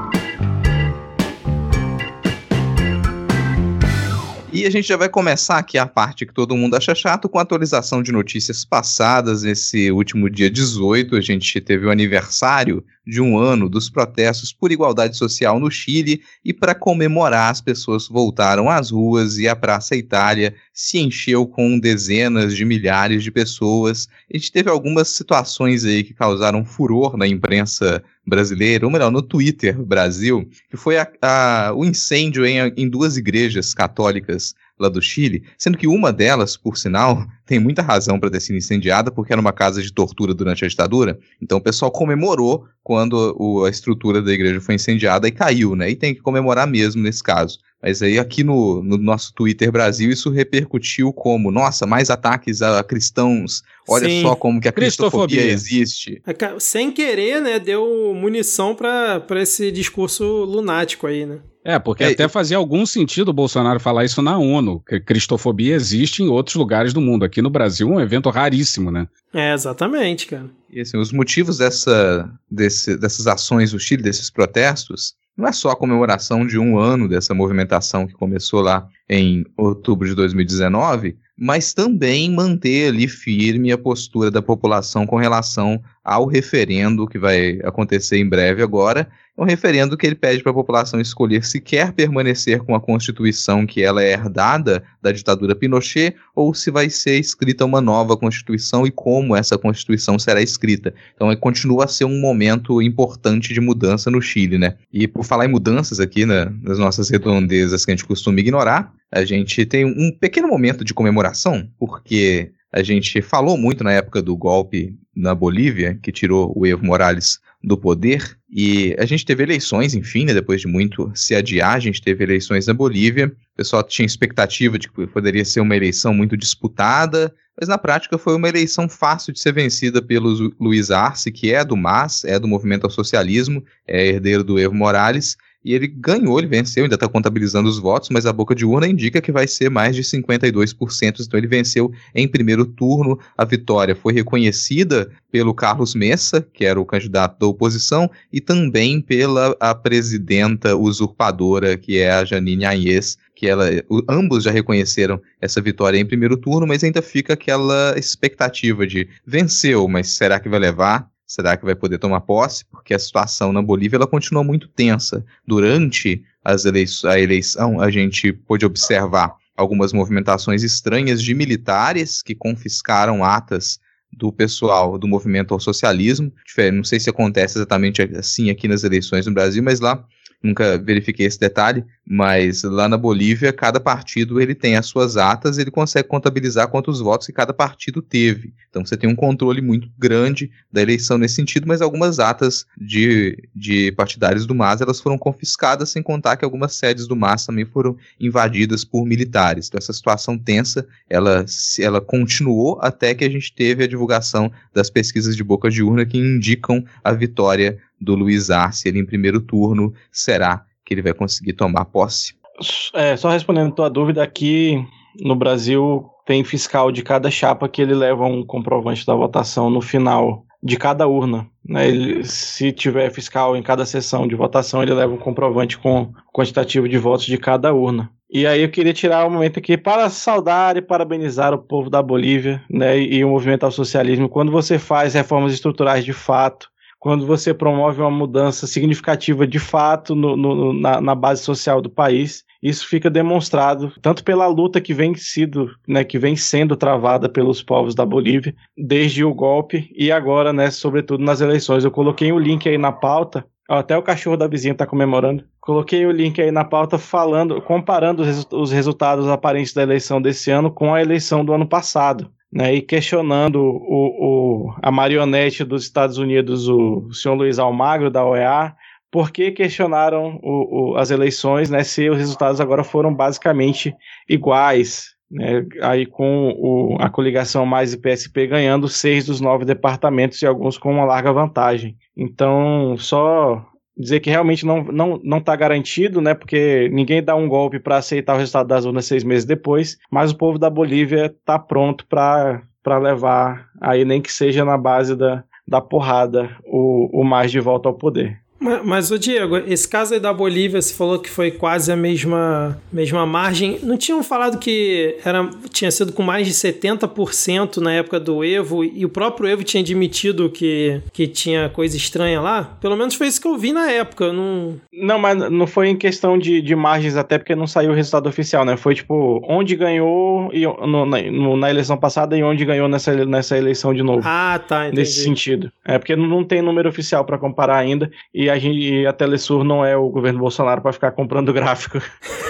E a gente já vai começar aqui a parte que todo mundo acha chato com a atualização de notícias passadas. Nesse último dia 18, a gente teve o aniversário de 1 ano dos protestos por igualdade social no Chile, e para comemorar as pessoas voltaram às ruas e a Praça Itália se encheu com dezenas de milhares de pessoas. A gente teve algumas situações aí que causaram furor na imprensa brasileira, ou melhor, no Twitter Brasil, que foi o incêndio em 2 igrejas católicas lá do Chile, sendo que uma delas, por sinal, tem muita razão para ter sido incendiada, porque era uma casa de tortura durante a ditadura. Então o pessoal comemorou quando a estrutura da igreja foi incendiada e caiu, né? E tem que comemorar mesmo nesse caso. Mas aí aqui no nosso Twitter Brasil isso repercutiu como, nossa, mais ataques a cristãos, olha Sim. só como que a cristofobia existe. Sem querer, né, deu munição para esse discurso lunático aí, né? Porque até fazia algum sentido o Bolsonaro falar isso na ONU, que cristofobia existe em outros lugares do mundo. Aqui no Brasil é um evento raríssimo, né? Exatamente, cara. E assim, os motivos dessas ações do Chile, desses protestos, não é só a comemoração de 1 ano dessa movimentação que começou lá em outubro de 2019, mas também manter ali firme a postura da população com relação ao referendo que vai acontecer em breve agora. É um referendo que ele pede para a população escolher se quer permanecer com a Constituição que ela é herdada da ditadura Pinochet ou se vai ser escrita uma nova Constituição e como essa Constituição será escrita. Então continua a ser um momento importante de mudança no Chile, né? E por falar em mudanças aqui nas nossas redondezas que a gente costuma ignorar, a gente tem um pequeno momento de comemoração, porque A gente falou muito na época do golpe na Bolívia, que tirou o Evo Morales do poder, e a gente teve eleições, enfim, né, depois de muito se adiar, a gente teve eleições na Bolívia, o pessoal tinha expectativa de que poderia ser uma eleição muito disputada, mas na prática foi uma eleição fácil de ser vencida pelo Luiz Arce, que é do MAS, é do Movimento ao Socialismo, é herdeiro do Evo Morales, e ele ganhou, ele venceu, ainda está contabilizando os votos, mas a boca de urna indica que vai ser mais de 52%, então ele venceu em primeiro turno. A vitória foi reconhecida pelo Carlos Messa, que era o candidato da oposição, e também pela a presidenta usurpadora, que é a Jeanine Áñez, que ambos já reconheceram essa vitória em primeiro turno, mas ainda fica aquela expectativa de venceu, mas será que vai levar? Será que vai poder tomar posse? Porque a situação na Bolívia ela continua muito tensa. Durante a eleição, a gente pôde observar algumas movimentações estranhas de militares que confiscaram atas do pessoal do movimento ao socialismo. Não sei se acontece exatamente assim aqui nas eleições no Brasil, mas lá, nunca verifiquei esse detalhe, mas lá na Bolívia, cada partido ele tem as suas atas, ele consegue contabilizar quantos votos que cada partido teve. Então você tem um controle muito grande da eleição nesse sentido, mas algumas atas de partidários do MAS, elas foram confiscadas, sem contar que algumas sedes do MAS também foram invadidas por militares. Então essa situação tensa, ela continuou até que a gente teve a divulgação das pesquisas de boca de urna que indicam a vitória do Luiz Arce, ele em primeiro turno. Será que ele vai conseguir tomar posse? Só respondendo a tua dúvida, aqui no Brasil tem fiscal de cada chapa que ele leva um comprovante da votação no final de cada urna, né? Se tiver fiscal em cada sessão de votação, ele leva um comprovante com quantitativo de votos de cada urna. E aí eu queria tirar um momento aqui para saudar e parabenizar o povo da Bolívia, né, e o movimento ao socialismo. Quando você faz reformas estruturais de fato, quando você promove uma mudança significativa de fato na base social do país, isso fica demonstrado tanto pela luta que vem sendo travada pelos povos da Bolívia, desde o golpe e agora, né, sobretudo nas eleições. Eu coloquei o link aí na pauta, até o cachorro da vizinha está comemorando. Coloquei o link aí na pauta comparando os resultados aparentes da eleição desse ano com a eleição do ano passado, né, e questionando a marionete dos Estados Unidos, o senhor Luiz Almagro, da OEA, por que questionaram as eleições, né, se os resultados agora foram basicamente iguais, né, aí com a coligação Mais e PSP ganhando 6 dos 9 departamentos e alguns com uma larga vantagem. Então, só dizer que realmente não está garantido, né, porque ninguém dá um golpe para aceitar o resultado das urnas 6 meses depois, mas o povo da Bolívia está pronto para levar, aí nem que seja na base da porrada, o MAS de volta ao poder. Mas, ô Diego, esse caso aí da Bolívia, você falou que foi quase a mesma margem. Não tinham falado que tinha sido com mais de 70% na época do Evo, e o próprio Evo tinha admitido que tinha coisa estranha lá? Pelo menos foi isso que eu vi na época. Não, mas não foi em questão de margens, até porque não saiu o resultado oficial, né? Foi tipo, onde ganhou na eleição passada e onde ganhou nessa eleição de novo. Ah, tá, entendi. Nesse sentido. Porque não tem número oficial para comparar ainda, e a Telesur não é o governo Bolsonaro para ficar comprando gráfico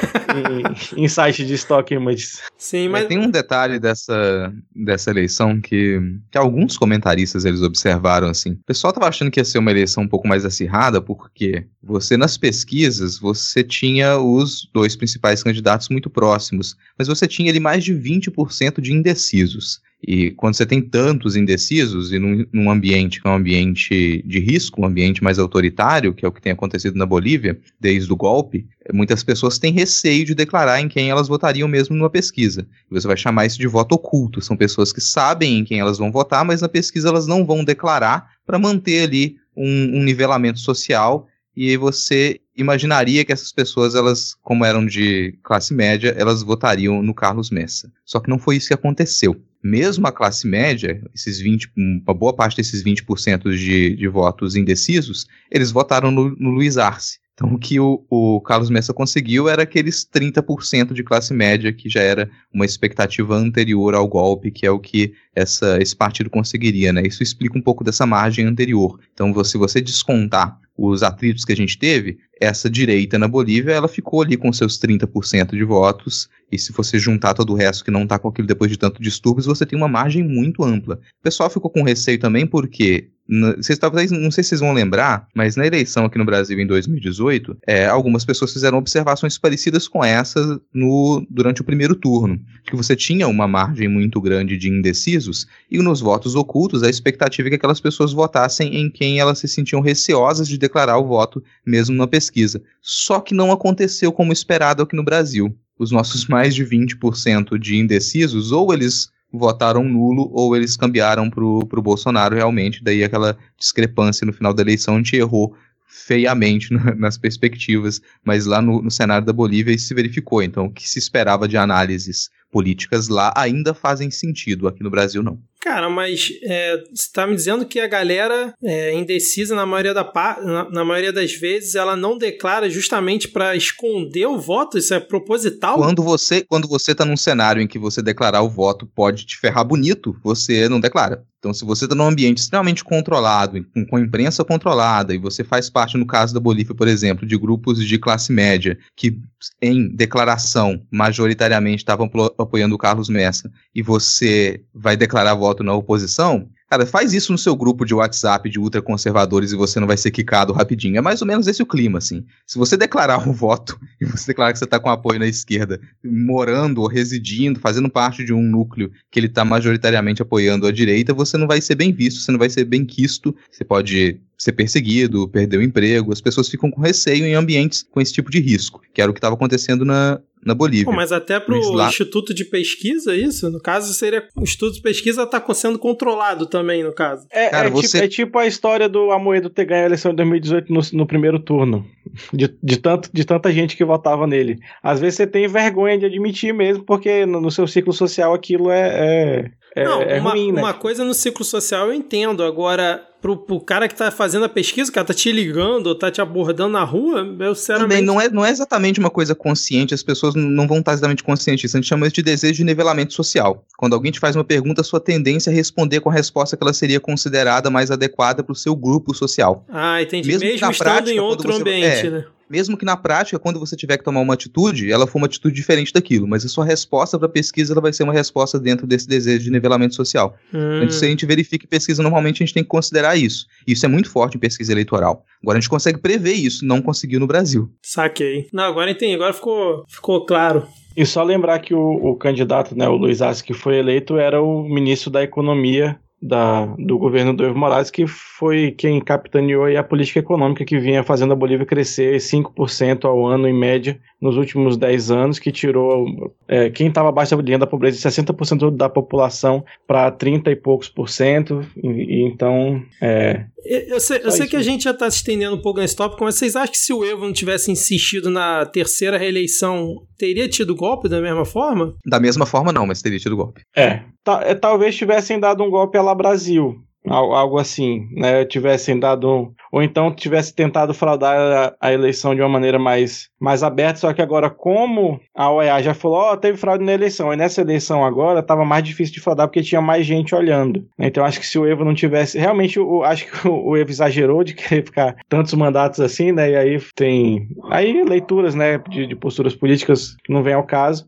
em site de stock images. Sim, mas tem um detalhe dessa eleição que alguns comentaristas eles observaram assim. O pessoal estava achando que ia ser uma eleição um pouco mais acirrada, porque nas pesquisas você tinha os 2 principais candidatos muito próximos, mas você tinha ali mais de 20% de indecisos. E quando você tem tantos indecisos e num ambiente que é um ambiente de risco, um ambiente mais autoritário, que é o que tem acontecido na Bolívia desde o golpe, muitas pessoas têm receio de declarar em quem elas votariam mesmo numa pesquisa. E você vai chamar isso de voto oculto. São pessoas que sabem em quem elas vão votar, mas na pesquisa elas não vão declarar para manter ali um nivelamento social. E você imaginaria que essas pessoas, elas, como eram de classe média, elas votariam no Carlos Messa. Só que não foi isso que aconteceu. Mesmo a classe média, uma boa parte desses 20% de votos indecisos, eles votaram no Luiz Arce. Então o que o Carlos Messa conseguiu era aqueles 30% de classe média, que já era uma expectativa anterior ao golpe, que é o que esse partido conseguiria, né? Isso explica um pouco dessa margem anterior. Então se você descontar os atritos que a gente teve, essa direita na Bolívia, ela ficou ali com seus 30% de votos, e se você juntar todo o resto que não está com aquilo depois de tanto distúrbios, você tem uma margem muito ampla. O pessoal ficou com receio também porque, talvez, não sei se vocês vão lembrar, mas na eleição aqui no Brasil em 2018, algumas pessoas fizeram observações parecidas com essas durante o primeiro turno, que você tinha uma margem muito grande de indecisos, e nos votos ocultos, a expectativa é que aquelas pessoas votassem em quem elas se sentiam receosas de declarar o voto, mesmo na pesquisa. Só que não aconteceu como esperado aqui no Brasil. Os nossos mais de 20% de indecisos, ou eles votaram nulo, ou eles cambiaram pro Bolsonaro realmente, daí aquela discrepância no final da eleição, a gente errou feiamente nas perspectivas, mas lá no cenário da Bolívia isso se verificou, então o que se esperava de análises políticas lá ainda fazem sentido, aqui no Brasil não. Cara, mas você tá me dizendo que a galera indecisa, na maioria das vezes, ela não declara justamente para esconder o voto? Isso é proposital? Quando você tá num cenário em que você declarar o voto pode te ferrar bonito, você não declara. Então, se você tá num ambiente extremamente controlado, com a imprensa controlada, e você faz parte, no caso da Bolívia, por exemplo, de grupos de classe média, que em declaração, majoritariamente, estavam apoiando o Carlos Messa, e você vai declarar voto na oposição, cara, faz isso no seu grupo de WhatsApp de ultraconservadores e você não vai ser quicado rapidinho. É mais ou menos esse o clima, assim. Se você declarar o voto e você declarar que você está com apoio na esquerda, morando ou residindo, fazendo parte de um núcleo que ele está majoritariamente apoiando a direita, você não vai ser bem visto, você não vai ser bem quisto, você pode ser perseguido, perder o emprego, as pessoas ficam com receio em ambientes com esse tipo de risco, que era o que estava acontecendo na Bolívia. Pô, mas até pro Instituto de Pesquisa, isso? No caso, seria o Instituto de Pesquisa tá sendo controlado também, no caso. É tipo a história do Amoedo ter ganho a eleição de 2018 no primeiro turno. De tanta gente que votava nele. Às vezes você tem vergonha de admitir mesmo, porque no seu ciclo social aquilo é ruim, né? Uma coisa no ciclo social eu entendo, agora pro cara que tá fazendo a pesquisa, o cara tá te ligando ou tá te abordando na rua, eu sinceramente... Também não é exatamente uma coisa consciente, as pessoas não vão estar exatamente conscientes disso, a gente chama isso de desejo de nivelamento social. Quando alguém te faz uma pergunta, a sua tendência é responder com a resposta que ela seria considerada mais adequada pro seu grupo social. Ah, entendi. Mesmo estando prática, em outro ambiente, né? Mesmo que na prática, quando você tiver que tomar uma atitude, ela for uma atitude diferente daquilo, mas a sua resposta para a pesquisa ela vai ser uma resposta dentro desse desejo de nivelamento social. Então, se a gente verifica em pesquisa, normalmente a gente tem que considerar isso. Isso é muito forte em pesquisa eleitoral. Agora a gente consegue prever isso, não conseguiu no Brasil. Saquei. Não, agora entendi, agora ficou claro. E só lembrar que o candidato, né, o Luiz Arce, que foi eleito, era o ministro da Economia do governo do Evo Morales, que foi quem capitaneou aí a política econômica que vinha fazendo a Bolívia crescer 5% ao ano em média nos últimos 10 anos, que tirou quem estava abaixo da linha da pobreza de 60% da população para 30 e poucos por cento. Então, Eu sei que a gente já está se estendendo um pouco nesse tópico, mas vocês acham que se o Evo não tivesse insistido na terceira reeleição, teria tido golpe da mesma forma? Da mesma forma não, mas teria tido golpe. Talvez tivessem dado um golpe à la Brasil, algo assim, né? Tivessem dado ou então tivesse tentado fraudar a eleição de uma maneira mais aberta, só que agora, como a OEA já falou, teve fraude na eleição, e nessa eleição agora estava mais difícil de fraudar porque tinha mais gente olhando. Então acho que se o Evo não tivesse, realmente acho que o Evo exagerou de querer ficar tantos mandatos assim, né, e aí tem leituras, né, de posturas políticas que não vem ao caso,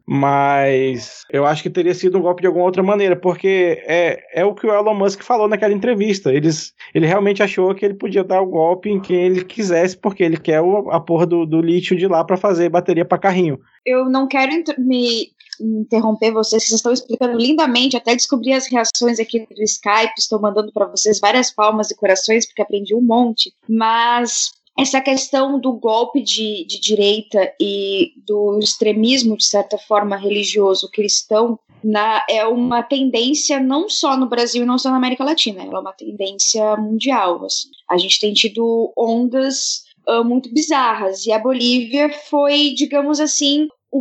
mas eu acho que teria sido um golpe de alguma outra maneira, porque é o que o Elon Musk falou naquela entrevista, ele realmente achou que ele podia dar o golpe em quem ele quisesse, porque ele quer a porra do lítio de lá para fazer bateria para carrinho. Eu não quero me interromper vocês estão explicando lindamente, até descobri as reações aqui do Skype, estou mandando para vocês várias palmas e corações, porque aprendi um monte, mas essa questão do golpe de direita e do extremismo, de certa forma, religioso cristão, é uma tendência não só no Brasil e não só na América Latina, é uma tendência mundial. Assim. A gente tem tido ondas muito bizarras, e a Bolívia foi, digamos assim, o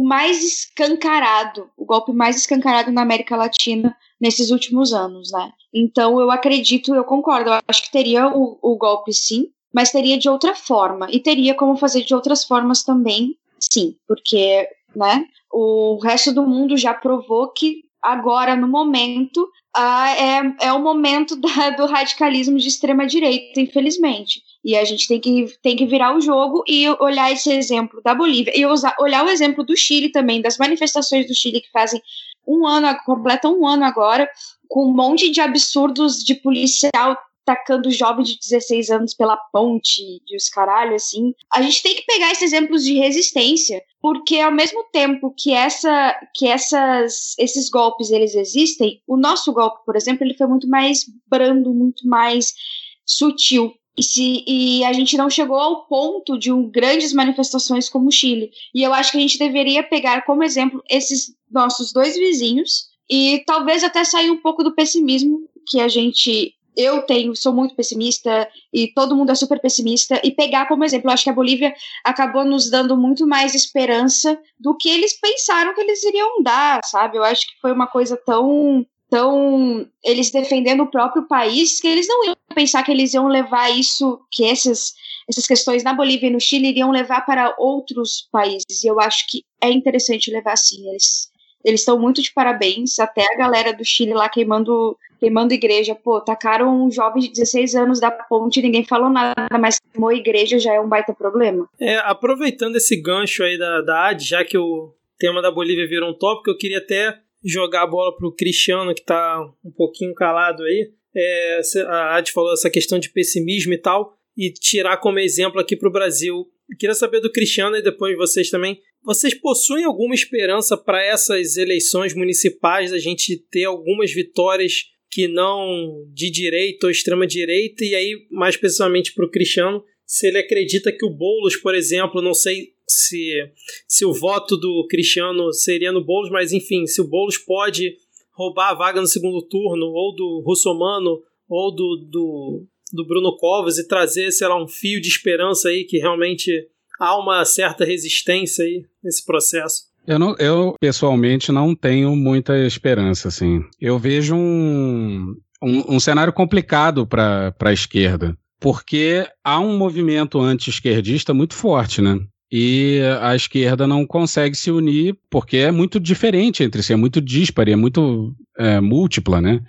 golpe mais escancarado na América Latina nesses últimos anos, né? Então eu concordo, eu acho que teria o golpe sim, mas teria de outra forma, e teria como fazer de outras formas também, sim, porque, né, o resto do mundo já provou que agora, no momento, é o momento do radicalismo de extrema-direita, infelizmente. E a gente tem que virar o jogo e olhar esse exemplo da Bolívia. E olhar o exemplo do Chile também, das manifestações do Chile que fazem completam um ano agora, com um monte de absurdos de policial tacando jovens de 16 anos pela ponte, de os caralho, assim. A gente tem que pegar esses exemplos de resistência, porque ao mesmo tempo que esses golpes, eles existem, o nosso golpe, por exemplo, ele foi muito mais brando, muito mais sutil. E a gente não chegou ao ponto de grandes manifestações como o Chile. E eu acho que a gente deveria pegar como exemplo esses nossos dois vizinhos e talvez até sair um pouco do pessimismo que sou muito pessimista e todo mundo é super pessimista, e pegar como exemplo. Eu acho que a Bolívia acabou nos dando muito mais esperança do que eles pensaram que eles iriam dar, sabe? Eu acho que foi uma coisa tão eles defendendo o próprio país, que eles não iam pensar que eles iam levar isso, que essas questões na Bolívia e no Chile iriam levar para outros países, e eu acho que é interessante levar assim. Eles estão muito de parabéns, até a galera do Chile lá queimando igreja, tacaram um jovem de 16 anos da ponte, ninguém falou nada, mas queimou a igreja já é um baita problema. Aproveitando esse gancho aí da AD, já que o tema da Bolívia virou um tópico, eu queria até jogar a bola pro Cristiano, que tá um pouquinho calado aí. A AD falou essa questão de pessimismo e tal, e tirar como exemplo aqui pro Brasil. Eu queria saber do Cristiano e depois vocês também. Vocês possuem alguma esperança para essas eleições municipais, a gente ter algumas vitórias que não de direita ou extrema-direita? E aí, mais especificamente para o Cristiano, se ele acredita que o Boulos, por exemplo, não sei se o voto do Cristiano seria no Boulos, mas enfim, se o Boulos pode roubar a vaga no segundo turno, ou do Russomano, ou do Bruno Covas, e trazer, sei lá, um fio de esperança aí, que realmente há uma certa resistência aí nesse processo. Eu pessoalmente não tenho muita esperança, assim. Eu vejo um cenário complicado para a esquerda, porque há um movimento anti-esquerdista muito forte, né? E a esquerda não consegue se unir porque é muito diferente entre si, é muito díspare, é muito múltipla, né?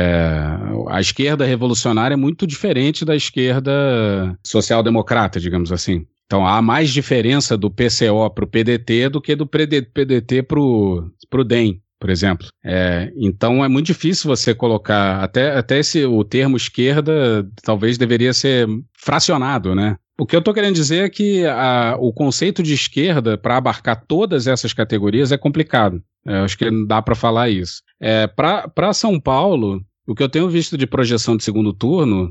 A esquerda revolucionária é muito diferente da esquerda social-democrata, digamos assim. Então há mais diferença do PCO para o PDT do que do PDT para o DEM, por exemplo. Então é muito difícil você colocar, até o termo esquerda talvez deveria ser fracionado, né? O que eu estou querendo dizer é que o conceito de esquerda, para abarcar todas essas categorias, é complicado. Acho que não dá para falar isso. Para São Paulo, o que eu tenho visto de projeção de segundo turno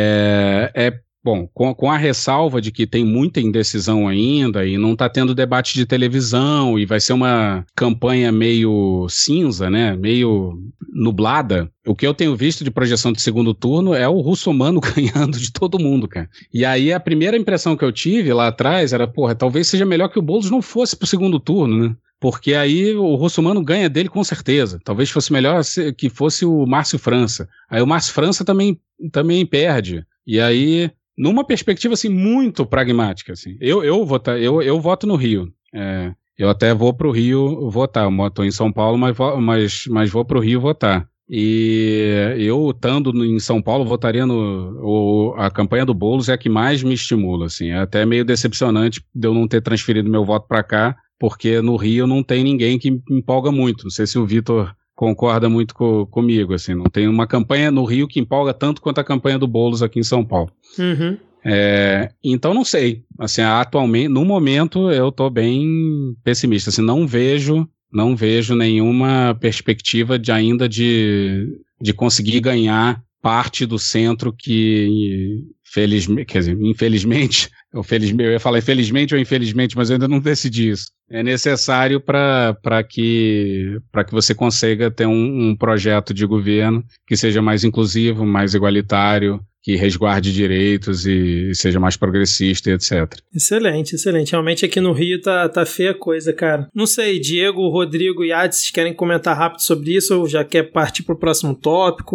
bom, com a ressalva de que tem muita indecisão ainda e não está tendo debate de televisão e vai ser uma campanha meio cinza, né? Meio nublada. O que eu tenho visto de projeção de segundo turno é o Russomano ganhando de todo mundo, cara. E aí a primeira impressão que eu tive lá atrás era, talvez seja melhor que o Boulos não fosse pro segundo turno, né? Porque aí o Russomano ganha dele com certeza. Talvez fosse melhor que fosse o Márcio França. Aí o Márcio França também perde. E aí, numa perspectiva assim, muito pragmática, assim. Eu voto no Rio. Eu até vou pro Rio votar. Eu estou em São Paulo, mas vou pro Rio votar. E eu, estando em São Paulo, votaria a campanha do Boulos é a que mais me estimula, assim. É até meio decepcionante de eu não ter transferido meu voto para cá, porque no Rio não tem ninguém que me empolga muito. Não sei se o Vitor concorda muito comigo, assim. Não tem uma campanha no Rio que empolga tanto quanto a campanha do Boulos aqui em São Paulo. Uhum. Então não sei. Assim, atualmente, no momento, eu tô bem pessimista. Assim, não vejo nenhuma perspectiva de conseguir ganhar parte do centro que, infelizmente, eu ia falar infelizmente ou infelizmente, mas eu ainda não decidi isso. É necessário para que você consiga ter um projeto de governo que seja mais inclusivo, mais igualitário, que resguarde direitos e seja mais progressista, etc. Excelente, excelente. Realmente aqui no Rio tá feia a coisa, cara. Não sei, Diego, Rodrigo e Ades, vocês querem comentar rápido sobre isso ou já quer partir pro próximo tópico?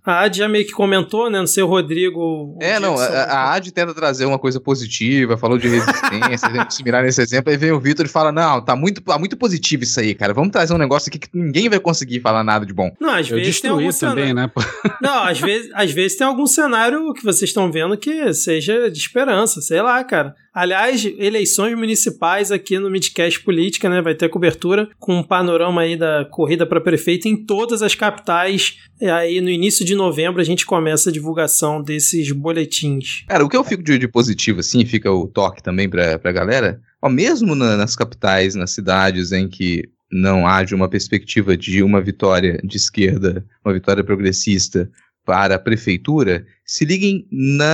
A Ad já meio que comentou, né? Não sei, o Rodrigo... A Ad tenta trazer uma coisa positiva, falou de resistência, a gente se mirar nesse exemplo, aí vem o Vitor e fala, não, tá muito positivo isso aí, cara, vamos trazer um negócio aqui que ninguém vai conseguir falar nada de bom. Não, às vezes tem algum também, cenário... né? Não, às vezes tem algum cenário que vocês estão vendo que seja de esperança, sei lá, cara. Aliás, eleições municipais aqui no Midcast Política, né? Vai ter cobertura com um panorama aí da corrida para prefeito em todas as capitais. E aí, no início de novembro, a gente começa a divulgação desses boletins. Cara, o que eu fico de positivo, assim, fica o toque também pra galera, ó, mesmo nas capitais, nas cidades em que não haja uma perspectiva de uma vitória de esquerda, uma vitória progressista para a prefeitura, se liguem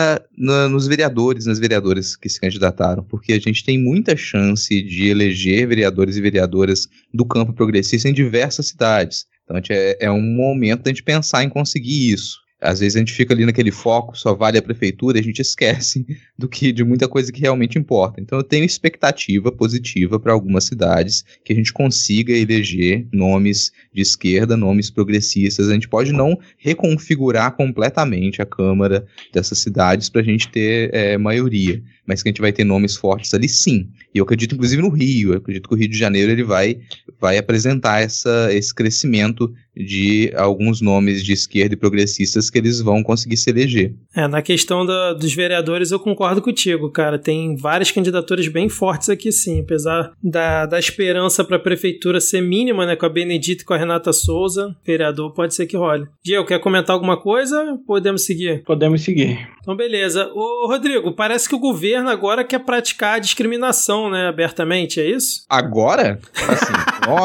nos vereadores, nas vereadoras que se candidataram, porque a gente tem muita chance de eleger vereadores e vereadoras do campo progressista em diversas cidades. Então é um momento da gente pensar em conseguir isso. Às vezes a gente fica ali naquele foco, só vale a prefeitura, a gente esquece de muita coisa que realmente importa. Então eu tenho expectativa positiva para algumas cidades que a gente consiga eleger nomes de esquerda, nomes progressistas. A gente pode não reconfigurar completamente a Câmara dessas cidades para a gente ter maioria, mas que a gente vai ter nomes fortes ali sim. E eu acredito inclusive no Rio, eu acredito que o Rio de Janeiro ele vai apresentar esse crescimento de alguns nomes de esquerda e progressistas que eles vão conseguir se eleger. Na questão dos vereadores eu concordo contigo, cara. Tem várias candidaturas bem fortes aqui sim, apesar da esperança para a prefeitura ser mínima, né, com a Benedita e com a Renata Souza, vereador pode ser que role. Diego, quer comentar alguma coisa? Podemos seguir? Podemos seguir. Então beleza. Ô Rodrigo, parece que o governo agora quer praticar a discriminação, né, abertamente, é isso? Agora? Assim,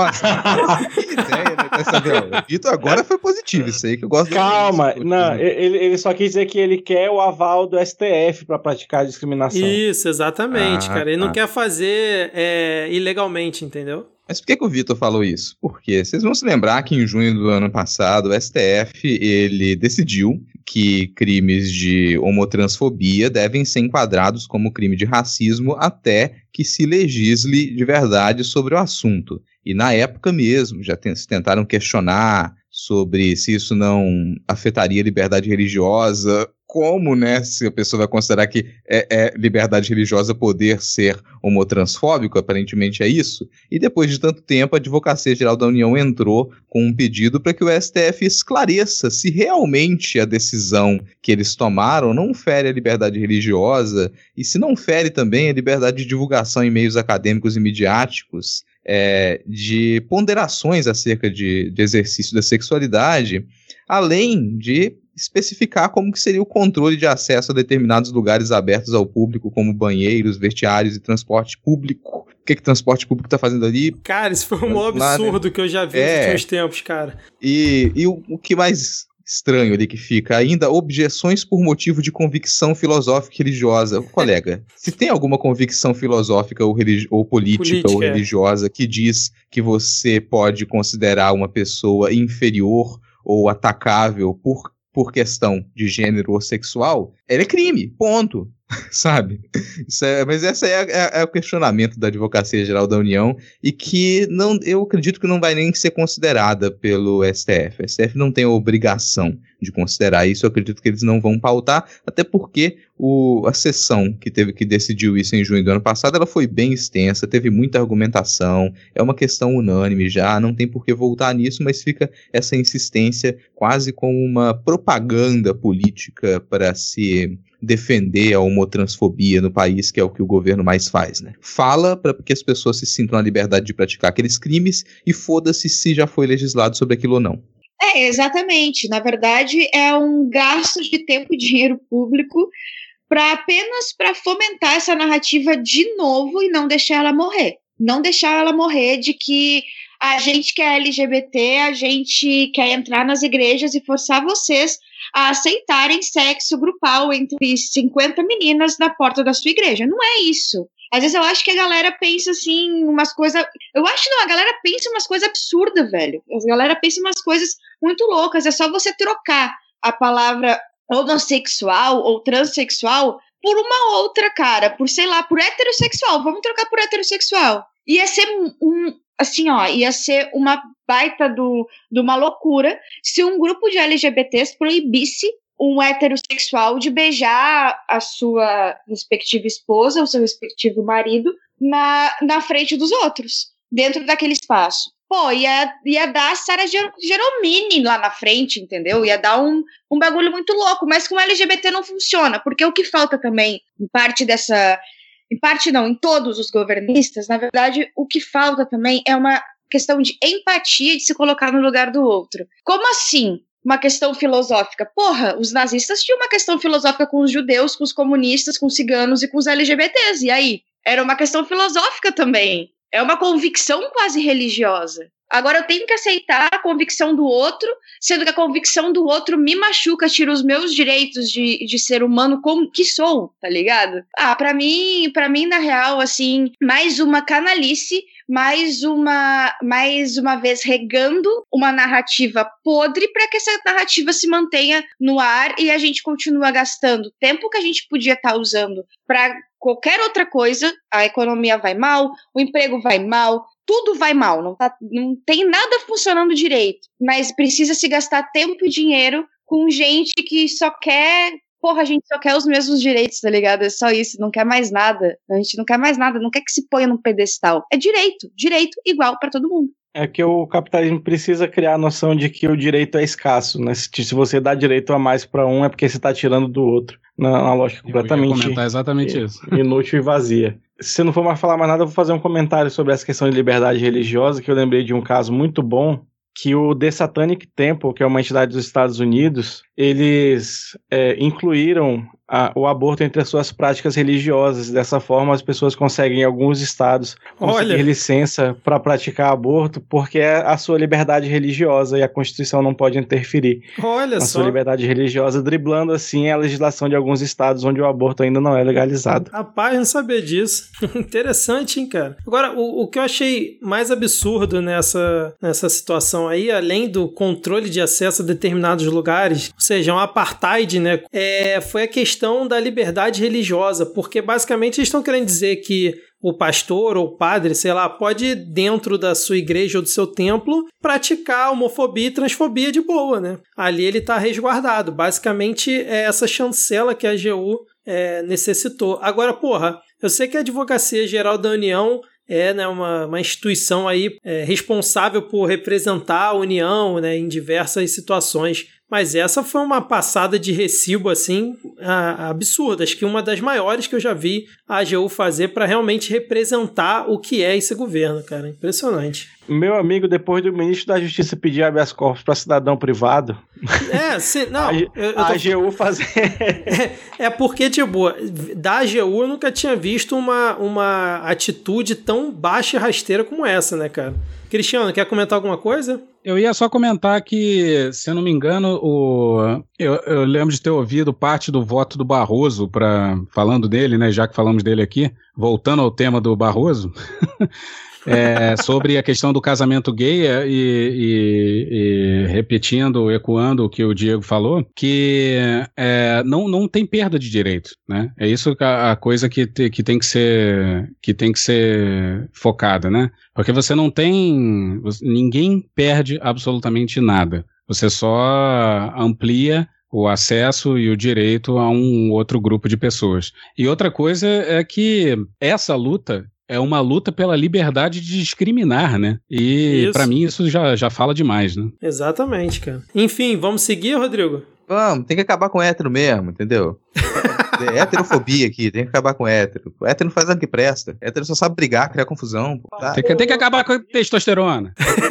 nossa, que ideia, né? O Vitor agora foi positivo, isso aí que eu gosto. Calma, não, ele só quis dizer que ele quer o aval do STF para praticar a discriminação. Isso, exatamente, cara. Ele não quer fazer ilegalmente, entendeu? Mas por que o Vitor falou isso? Porque vocês vão se lembrar que em junho do ano passado o STF ele decidiu que crimes de homotransfobia devem ser enquadrados como crime de racismo até que se legisle de verdade sobre o assunto. E na época mesmo, já se tentaram questionar sobre se isso não afetaria a liberdade religiosa, como, né, se a pessoa vai considerar que é liberdade religiosa poder ser homotransfóbico, aparentemente é isso. E depois de tanto tempo, a Advocacia Geral da União entrou com um pedido para que o STF esclareça se realmente a decisão que eles tomaram não fere a liberdade religiosa e se não fere também a liberdade de divulgação em meios acadêmicos e midiáticos, de ponderações acerca de exercício da sexualidade, além de especificar como que seria o controle de acesso a determinados lugares abertos ao público, como banheiros, vestiários e transporte público. O que transporte público está fazendo ali? Cara, isso foi um absurdo que eu já vi nos últimos tempos, cara. E o que mais estranho ali que fica, ainda objeções por motivo de convicção filosófica e religiosa. Colega, se tem alguma convicção filosófica ou política ou religiosa que diz que você pode considerar uma pessoa inferior ou atacável por questão de gênero ou sexual, ela é crime, ponto, sabe? Mas esse é o questionamento da Advocacia Geral da União e que eu acredito que não vai nem ser considerada pelo STF. O STF não tem a obrigação de considerar isso, eu acredito que eles não vão pautar, até porque a sessão que decidiu isso em junho do ano passado, ela foi bem extensa, teve muita argumentação, é uma questão unânime já, não tem por que voltar nisso, mas fica essa insistência quase como uma propaganda política para se defender a homotransfobia no país, que é o que o governo mais faz, né? Fala para que as pessoas se sintam na liberdade de praticar aqueles crimes e foda-se se já foi legislado sobre aquilo ou não. Exatamente. Na verdade, é um gasto de tempo e dinheiro público apenas para fomentar essa narrativa de novo e não deixar ela morrer. Não deixar ela morrer de que a gente que é LGBT, a gente quer entrar nas igrejas e forçar vocês a aceitarem sexo grupal entre 50 meninas na porta da sua igreja. Não é isso. Às vezes eu acho que a galera pensa assim, umas coisas... a galera pensa umas coisas absurdas, velho. A galera pensa umas coisas muito loucas. É só você trocar a palavra homossexual ou transexual por uma outra, cara. Por, sei lá, por heterossexual. Vamos trocar por heterossexual. Ia ser assim, ó, ia ser uma baita de uma loucura se um grupo de LGBTs proibisse um heterossexual de beijar a sua respectiva esposa, o seu respectivo marido, na frente dos outros, dentro daquele espaço. Pô, ia dar a Sarah Geromini lá na frente, entendeu? Ia dar um bagulho muito louco, mas com LGBT não funciona, porque o que falta também, em todos os governistas, na verdade, o que falta também é uma questão de empatia, de se colocar no lugar do outro. Como assim? Uma questão filosófica? Porra, os nazistas tinham uma questão filosófica com os judeus, com os comunistas, com os ciganos e com os LGBTs, e aí? Era uma questão filosófica também. É uma convicção quase religiosa. Agora eu tenho que aceitar a convicção do outro, sendo que a convicção do outro me machuca, tira os meus direitos de ser humano como que sou, tá ligado? Pra mim, na real, assim, mais uma canalice, mais uma vez regando uma narrativa podre para que essa narrativa se mantenha no ar e a gente continua gastando tempo que a gente podia estar usando para qualquer outra coisa. A economia vai mal, o emprego vai mal, tudo vai mal, não tem nada funcionando direito, mas precisa se gastar tempo e dinheiro com gente que só quer, a gente só quer os mesmos direitos, tá ligado? É só isso, não quer mais nada, a gente não quer mais nada, não quer que se ponha num pedestal, é direito igual pra todo mundo. É que o capitalismo precisa criar a noção de que o direito é escasso, né? Se você dá direito a mais pra um, é porque você tá tirando do outro. Na lógica completamente eu ia comentar exatamente isso. Inútil e vazia. Se não for mais falar mais nada, eu vou fazer um comentário sobre essa questão de liberdade religiosa, que eu lembrei de um caso muito bom, que o The Satanic Temple, que é uma entidade dos Estados Unidos, eles incluíram o aborto entre as suas práticas religiosas. Dessa forma, as pessoas conseguem, em alguns estados, conseguir licença para praticar aborto, porque é a sua liberdade religiosa e a Constituição não pode interferir na sua liberdade religiosa, driblando, assim, a legislação de alguns estados onde o aborto ainda não é legalizado. Rapaz, não sabia disso. Interessante, hein, cara? Agora, o que eu achei mais absurdo nessa situação aí, além do controle de acesso a determinados lugares, ou seja, um apartheid, né, foi a questão da liberdade religiosa, porque basicamente eles estão querendo dizer que o pastor ou o padre, sei lá, pode, dentro da sua igreja ou do seu templo, praticar homofobia e transfobia de boa, né? Ali ele está resguardado. Basicamente é essa chancela que a AGU necessitou. Agora, eu sei que a Advocacia Geral da União é, né, uma instituição aí responsável por representar a União, né, em diversas situações. Mas essa foi uma passada de recibo, assim, absurda. Acho que uma das maiores que eu já vi a AGU fazer para realmente representar o que é esse governo, cara. Impressionante. Meu amigo, depois do ministro da Justiça pedir habeas corpus para cidadão privado... a AGU fazer... porque, tipo, da AGU eu nunca tinha visto uma atitude tão baixa e rasteira como essa, né, cara? Cristiano, quer comentar alguma coisa? Eu ia só comentar que, se eu não me engano, eu lembro de ter ouvido parte do voto do Barroso, falando dele, né, já que falamos dele aqui, voltando ao tema do Barroso, sobre a questão do casamento gay e repetindo, ecoando o que o Diego falou, que não tem perda de direito, né? É isso a coisa que tem que ser focada, né? Porque você não tem... Ninguém perde absolutamente nada. Você só amplia o acesso e o direito a um outro grupo de pessoas. E outra coisa é que essa luta é uma luta pela liberdade de discriminar, né? E pra mim isso já fala demais, né? Exatamente, cara. Enfim, vamos seguir, Rodrigo? Vamos, tem que acabar com hétero mesmo, entendeu? Heterofobia aqui, tem que acabar com hétero. O hétero não faz nada que presta. O hétero só sabe brigar, criar confusão. Tá? Tem que acabar com a testosterona.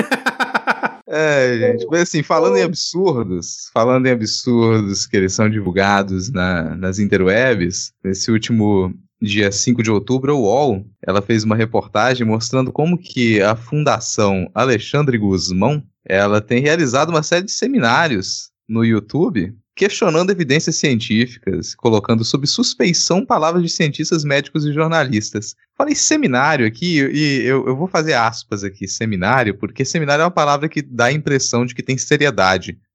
Gente, mas assim, falando em absurdos que eles são divulgados nas interwebs, nesse último dia 5 de outubro, a UOL, ela fez uma reportagem mostrando como que a Fundação Alexandre Guzmão, ela tem realizado uma série de seminários no YouTube, questionando evidências científicas, colocando sob suspeição palavras de cientistas, médicos e jornalistas. Falei seminário aqui, e eu vou fazer aspas aqui, seminário, porque seminário é uma palavra que dá a impressão de que tem seriedade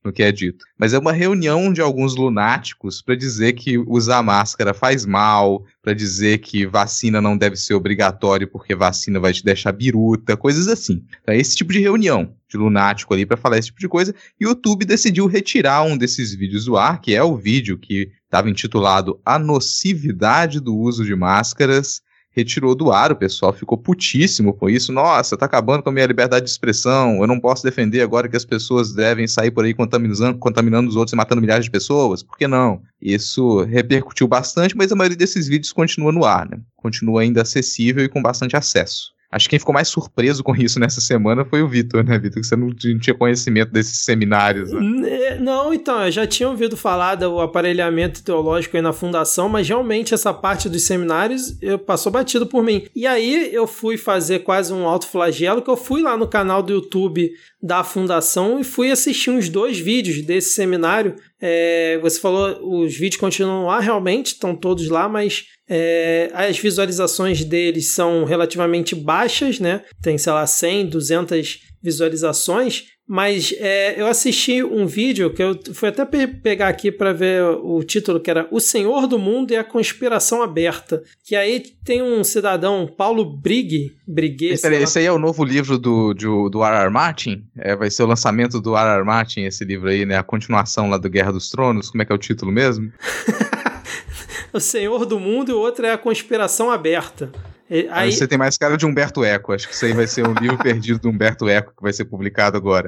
no que é dito. Mas é uma reunião de alguns lunáticos para dizer que usar máscara faz mal, para dizer que vacina não deve ser obrigatório porque vacina vai te deixar biruta, coisas assim. É esse tipo de reunião de lunático ali para falar esse tipo de coisa. E o YouTube decidiu retirar um desses vídeos do ar, que é o vídeo que estava intitulado A Nocividade do Uso de Máscaras. Retirou do ar, o pessoal ficou putíssimo com isso. Nossa, tá acabando com a minha liberdade de expressão, eu não posso defender agora que as pessoas devem sair por aí contaminando os outros e matando milhares de pessoas, por que não? Isso repercutiu bastante, mas a maioria desses vídeos continua no ar, né? Continua ainda acessível e com bastante acesso. Acho que quem ficou mais surpreso com isso nessa semana foi o Vitor, né, Vitor? Que você não tinha conhecimento desses seminários, né? Não, então, eu já tinha ouvido falar do aparelhamento teológico aí na fundação, mas realmente essa parte dos seminários passou batido por mim. E aí eu fui fazer quase um autoflagelo, que eu fui lá no canal do YouTube da fundação e fui assistir uns 2 vídeos desse seminário. Você falou, os vídeos continuam lá, realmente, estão todos lá, mas as visualizações deles são relativamente baixas, né? Tem, sei lá, 100, 200 visualizações, mas eu assisti um vídeo que eu fui até pegar aqui para ver o título, que era O Senhor do Mundo e a Conspiração Aberta, que aí tem um cidadão, Paulo Briguet. Esse aí é o novo livro do R.R. Martin? Vai ser o lançamento do R.R. Martin, esse livro aí, né? A continuação lá do Guerra dos Tronos, como é que é o título mesmo? O Senhor do Mundo e o outro é A Conspiração Aberta. Aí você tem mais cara de Humberto Eco. Acho que isso aí vai ser um livro perdido do Humberto Eco que vai ser publicado agora.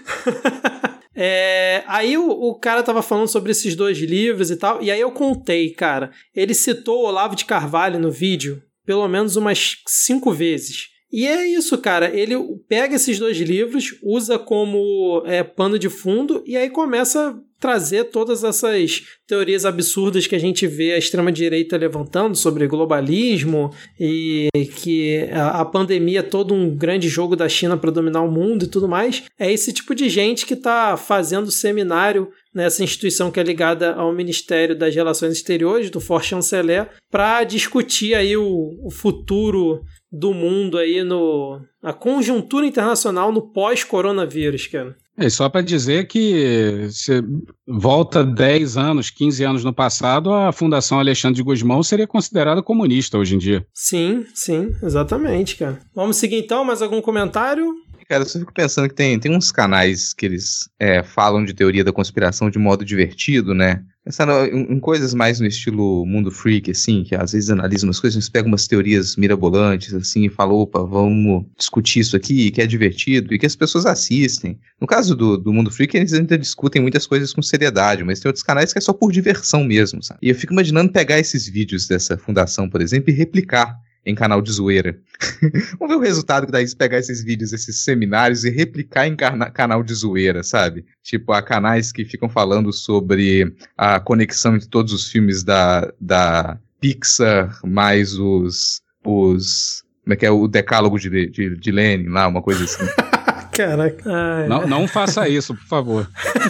Aí o cara tava falando sobre esses 2 livros e tal, e aí eu contei, cara. Ele citou o Olavo de Carvalho no vídeo pelo menos umas 5 vezes. E é isso, cara. Ele pega esses 2 livros, usa como pano de fundo e aí começa a trazer todas essas teorias absurdas que a gente vê a extrema-direita levantando sobre globalismo e que a pandemia é todo um grande jogo da China para dominar o mundo e tudo mais. É esse tipo de gente que está fazendo seminário nessa instituição que é ligada ao Ministério das Relações Exteriores, do For Chanceler, para discutir aí o futuro do mundo aí a conjuntura internacional no pós-coronavírus, cara. Só para dizer que se volta 10 anos, 15 anos no passado, a Fundação Alexandre de Gusmão seria considerada comunista hoje em dia. Sim, exatamente, cara. Vamos seguir então, mais algum comentário? Cara, eu só fico pensando que tem uns canais que eles falam de teoria da conspiração de modo divertido, né? Pensando em coisas mais no estilo Mundo Freak, assim, que às vezes analisam umas coisas, pegam umas teorias mirabolantes, assim, e falam, opa, vamos discutir isso aqui, que é divertido, e que as pessoas assistem. No caso do Mundo Freak, eles ainda discutem muitas coisas com seriedade, mas tem outros canais que é só por diversão mesmo, sabe? E eu fico imaginando pegar esses vídeos dessa fundação, por exemplo, e replicar em canal de zoeira. Vamos ver o resultado que dá isso, pegar esses vídeos, esses seminários e replicar em canal de zoeira, sabe? Tipo, há canais que ficam falando sobre a conexão entre todos os filmes da Pixar, mais os como é que é, o decálogo de Lenin lá, uma coisa assim. Caraca. Não faça isso, por favor.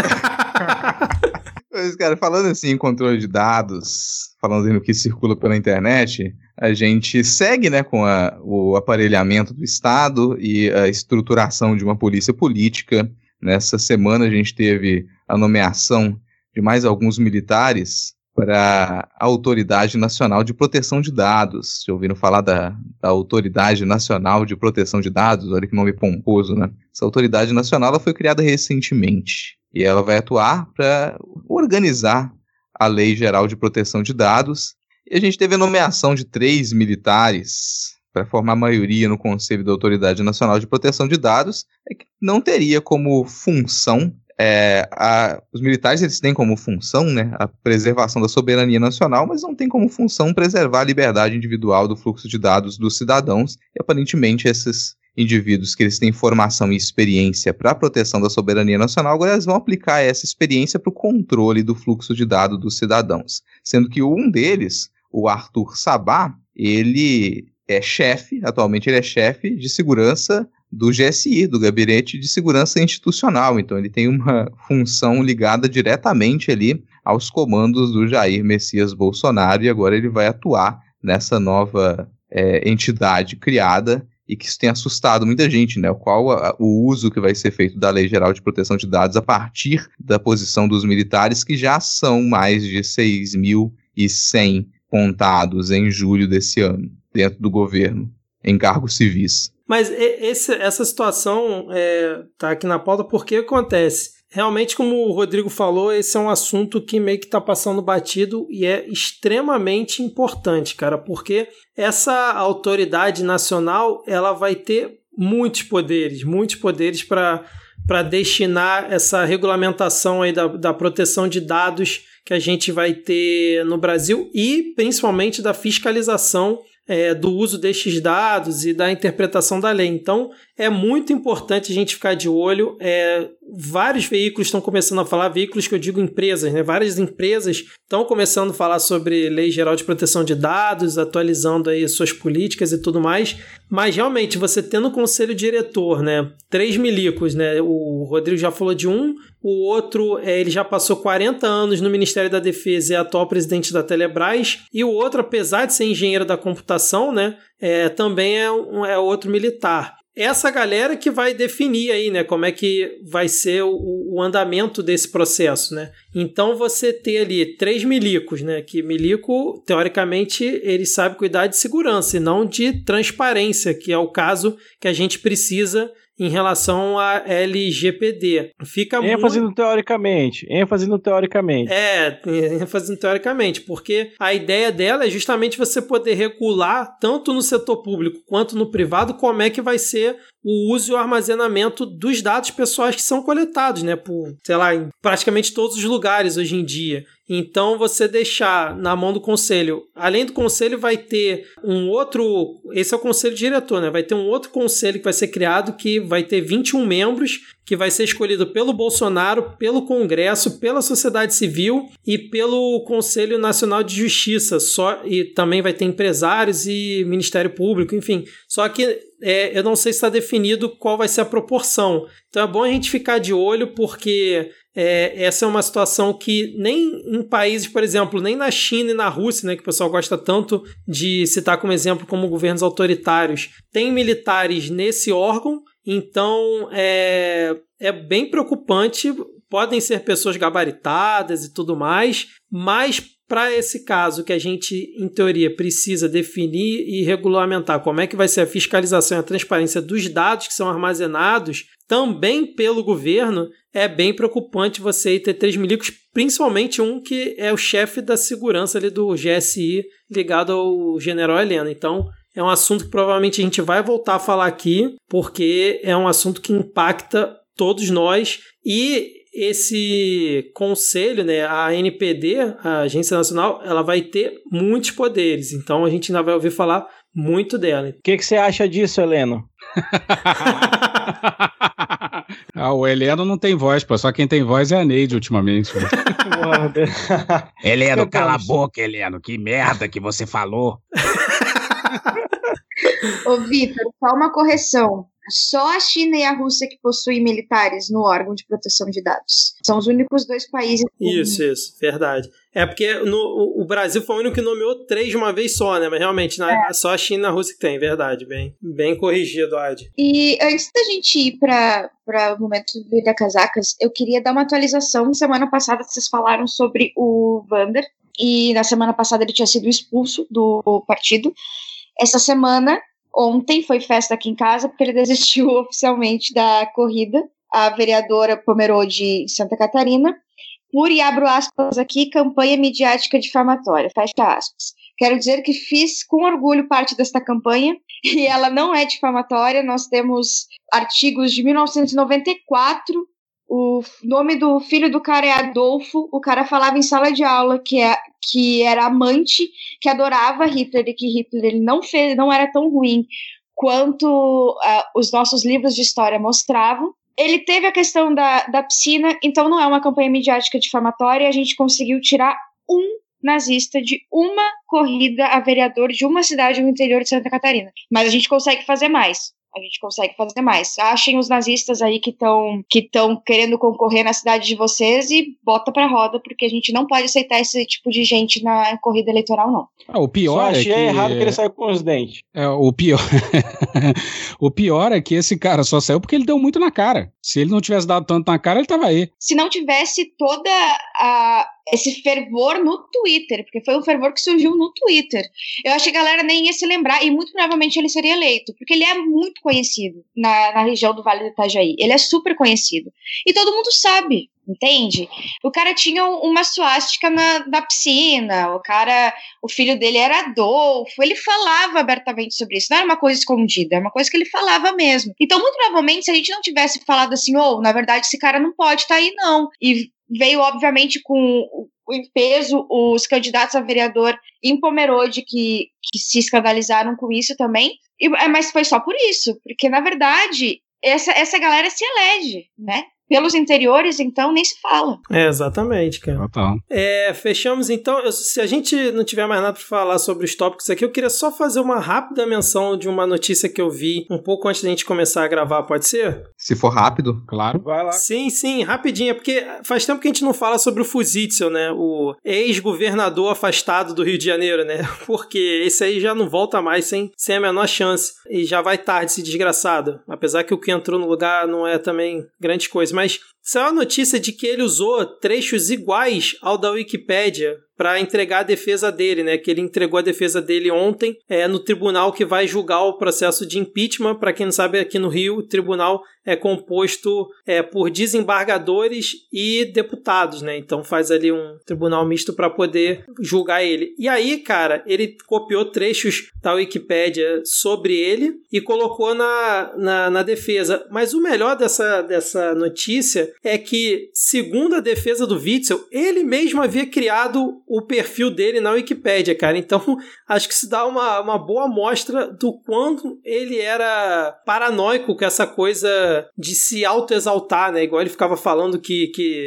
Mas, cara, falando assim em controle de dados, falando no que circula pela internet, a gente segue, né, com o aparelhamento do Estado e a estruturação de uma polícia política. Nessa semana a gente teve a nomeação de mais alguns militares para a Autoridade Nacional de Proteção de Dados. Já ouviram falar da Autoridade Nacional de Proteção de Dados? Olha que nome pomposo, né? Essa Autoridade Nacional ela foi criada recentemente e ela vai atuar para organizar a Lei Geral de Proteção de Dados. E a gente teve a nomeação de 3 militares para formar maioria no Conselho da Autoridade Nacional de Proteção de Dados, que não teria como função, os militares eles têm como função, né, a preservação da soberania nacional, mas não tem como função preservar a liberdade individual do fluxo de dados dos cidadãos, e aparentemente esses indivíduos que eles têm formação e experiência para a proteção da soberania nacional, agora eles vão aplicar essa experiência para o controle do fluxo de dados dos cidadãos, sendo que um deles, o Arthur Sabá, ele atualmente ele é chefe de segurança do GSI, do Gabinete de Segurança Institucional, então ele tem uma função ligada diretamente ali aos comandos do Jair Messias Bolsonaro, e agora ele vai atuar nessa nova entidade criada e que isso tem assustado muita gente, né? Qual o uso que vai ser feito da Lei Geral de Proteção de Dados a partir da posição dos militares, que já são mais de 6.100 contados em julho desse ano, dentro do governo, em cargos civis. Mas essa situação tá aqui na pauta porque acontece. Realmente, como o Rodrigo falou, esse é um assunto que meio que tá passando batido e é extremamente importante, cara, porque essa autoridade nacional, ela vai ter muitos poderes para destinar essa regulamentação aí da proteção de dados que a gente vai ter no Brasil e principalmente da fiscalização do uso destes dados e da interpretação da lei. Então, é muito importante a gente ficar de olho. Vários veículos estão começando a falar, veículos que eu digo empresas, né? Várias empresas estão começando a falar sobre Lei Geral de Proteção de Dados, atualizando aí suas políticas e tudo mais. Mas, realmente, você tendo um conselho diretor, né? 3 milicos, né? O Rodrigo já falou de um, o outro, ele já passou 40 anos no Ministério da Defesa e é atual presidente da Telebrás, e o outro, apesar de ser engenheiro da computação, né? Também é outro militar. Essa galera que vai definir aí, né, como é que vai ser o andamento desse processo, né? Então, você ter ali 3 milicos, né, que milico, teoricamente, ele sabe cuidar de segurança e não de transparência, que é o caso que a gente precisa em relação a LGPD. ênfase no teoricamente. ênfase no teoricamente, porque a ideia dela é justamente você poder regular, tanto no setor público quanto no privado, como é que vai ser o uso e o armazenamento dos dados pessoais que são coletados, né, por, sei lá, em praticamente todos os lugares hoje em dia. Então, você deixar na mão do conselho, além do conselho vai ter um outro, esse é o conselho diretor, né? Vai ter um outro conselho que vai ser criado, que vai ter 21 membros, que vai ser escolhido pelo Bolsonaro, pelo Congresso, pela sociedade civil e pelo Conselho Nacional de Justiça, e também vai ter empresários e Ministério Público, enfim. Só que eu não sei se está definido qual vai ser a proporção. Então é bom a gente ficar de olho, porque essa é uma situação que nem em países, por exemplo, nem na China e na Rússia, né, que o pessoal gosta tanto de citar como exemplo como governos autoritários, tem militares nesse órgão. Então, é bem preocupante, podem ser pessoas gabaritadas e tudo mais, mas para esse caso que a gente, em teoria, precisa definir e regulamentar como é que vai ser a fiscalização e a transparência dos dados que são armazenados também pelo governo, é bem preocupante você ter 3 milicos, principalmente um que é o chefe da segurança ali do GSI, ligado ao general Heleno. Então, é um assunto que provavelmente a gente vai voltar a falar aqui, porque é um assunto que impacta todos nós. E esse conselho, né, a ANPD, a Agência Nacional, ela vai ter muitos poderes. Então, a gente ainda vai ouvir falar muito dela. O que você acha disso, Heleno? O Heleno não tem voz, pô. Só quem tem voz é a Neide ultimamente. Heleno, cala a boca, Heleno. Que merda que você falou. Ô, Vitor, só uma correção. Só a China e a Rússia que possuem militares no órgão de proteção de dados. São os únicos 2 países. Isso, verdade. É porque o Brasil foi o único que nomeou 3 de uma vez só, né? Mas realmente, só a China e a Rússia que tem, verdade. Bem corrigido, Adi. E antes da gente ir para o momento do Vida Casacas, eu queria dar uma atualização. Semana passada vocês falaram sobre o Vander, e na semana passada ele tinha sido expulso do partido. Essa semana, ontem, foi festa aqui em casa, porque ele desistiu oficialmente da corrida, a vereadora Pomerode de Santa Catarina, por, e abro aspas aqui, campanha midiática difamatória, fecha aspas. Quero dizer que fiz com orgulho parte desta campanha, e ela não é difamatória. Nós temos artigos de 1994, o nome do filho do cara é Adolfo, o cara falava em sala de aula que era amante, que adorava Hitler, e que Hitler ele não era tão ruim quanto os nossos livros de história mostravam. Ele teve a questão da piscina, então não é uma campanha midiática difamatória. A gente conseguiu tirar um nazista de uma corrida a vereador de uma cidade no interior de Santa Catarina. Mas a gente consegue fazer mais. A gente consegue fazer mais. Achem os nazistas aí que estão querendo concorrer na cidade de vocês e bota pra roda, porque a gente não pode aceitar esse tipo de gente na corrida eleitoral, não. O pior Só achei errado que ele saiu com os dentes. O pior é que esse cara só saiu porque ele deu muito na cara. Se ele não tivesse dado tanto na cara, ele tava aí. Se não tivesse toda esse fervor no Twitter, porque foi um fervor que surgiu no Twitter, eu acho que a galera nem ia se lembrar, e muito provavelmente ele seria eleito, porque ele é muito conhecido na região do Vale do Itajaí. Ele é super conhecido. E todo mundo sabe, entende? O cara tinha uma suástica na piscina, o filho dele era Adolfo, ele falava abertamente sobre isso, não era uma coisa escondida, era uma coisa que ele falava mesmo. Então, muito provavelmente, se a gente não tivesse falado assim, na verdade, esse cara não pode estar aí, não, e veio, obviamente, com o peso os candidatos a vereador em Pomerode que se escandalizaram com isso também, mas foi só por isso, porque, na verdade, essa galera se elege, né? Pelos interiores, então, nem se fala. Exatamente, cara. Total. Fechamos, então. Se a gente não tiver mais nada para falar sobre os tópicos aqui, eu queria só fazer uma rápida menção de uma notícia que eu vi um pouco antes da gente começar a gravar, pode ser? Se for rápido. Claro. Vai lá. Sim, rapidinho, porque faz tempo que a gente não fala sobre o Fuzitzel, né? Ex-governador afastado do Rio de Janeiro, né? Porque esse aí já não volta mais sem a menor chance. E já vai tarde, esse desgraçado. Apesar que o que entrou no lugar não é também grande coisa. Mas saiu a notícia de que ele usou trechos iguais ao da Wikipédia para entregar a defesa dele, né? Que ele entregou a defesa dele ontem no tribunal que vai julgar o processo de impeachment. Para quem não sabe, aqui no Rio, o tribunal é composto por desembargadores e deputados, né? Então faz ali um tribunal misto para poder julgar ele. E aí, cara, ele copiou trechos da Wikipédia sobre ele e colocou na defesa. Mas o melhor dessa notícia é que, segundo a defesa do Witzel, ele mesmo havia criado o perfil dele na Wikipédia, cara. Então, acho que isso dá uma boa amostra do quanto ele era paranoico com essa coisa de se autoexaltar, né? Igual ele ficava falando que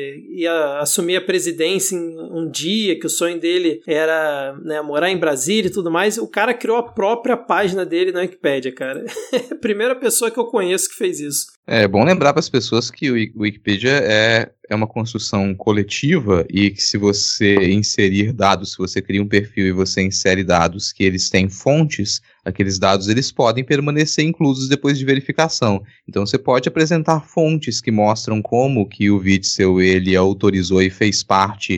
ia assumir a presidência em um dia, que o sonho dele era, né, morar em Brasília e tudo mais. O cara criou a própria página dele na Wikipédia, cara. É a primeira pessoa que eu conheço que fez isso. É bom lembrar para as pessoas que o Wikipedia é uma construção coletiva e que se você inserir dados, se você cria um perfil e você insere dados que eles têm fontes, aqueles dados eles podem permanecer inclusos depois de verificação. Então você pode apresentar fontes que mostram como que o Witzel ele autorizou e fez parte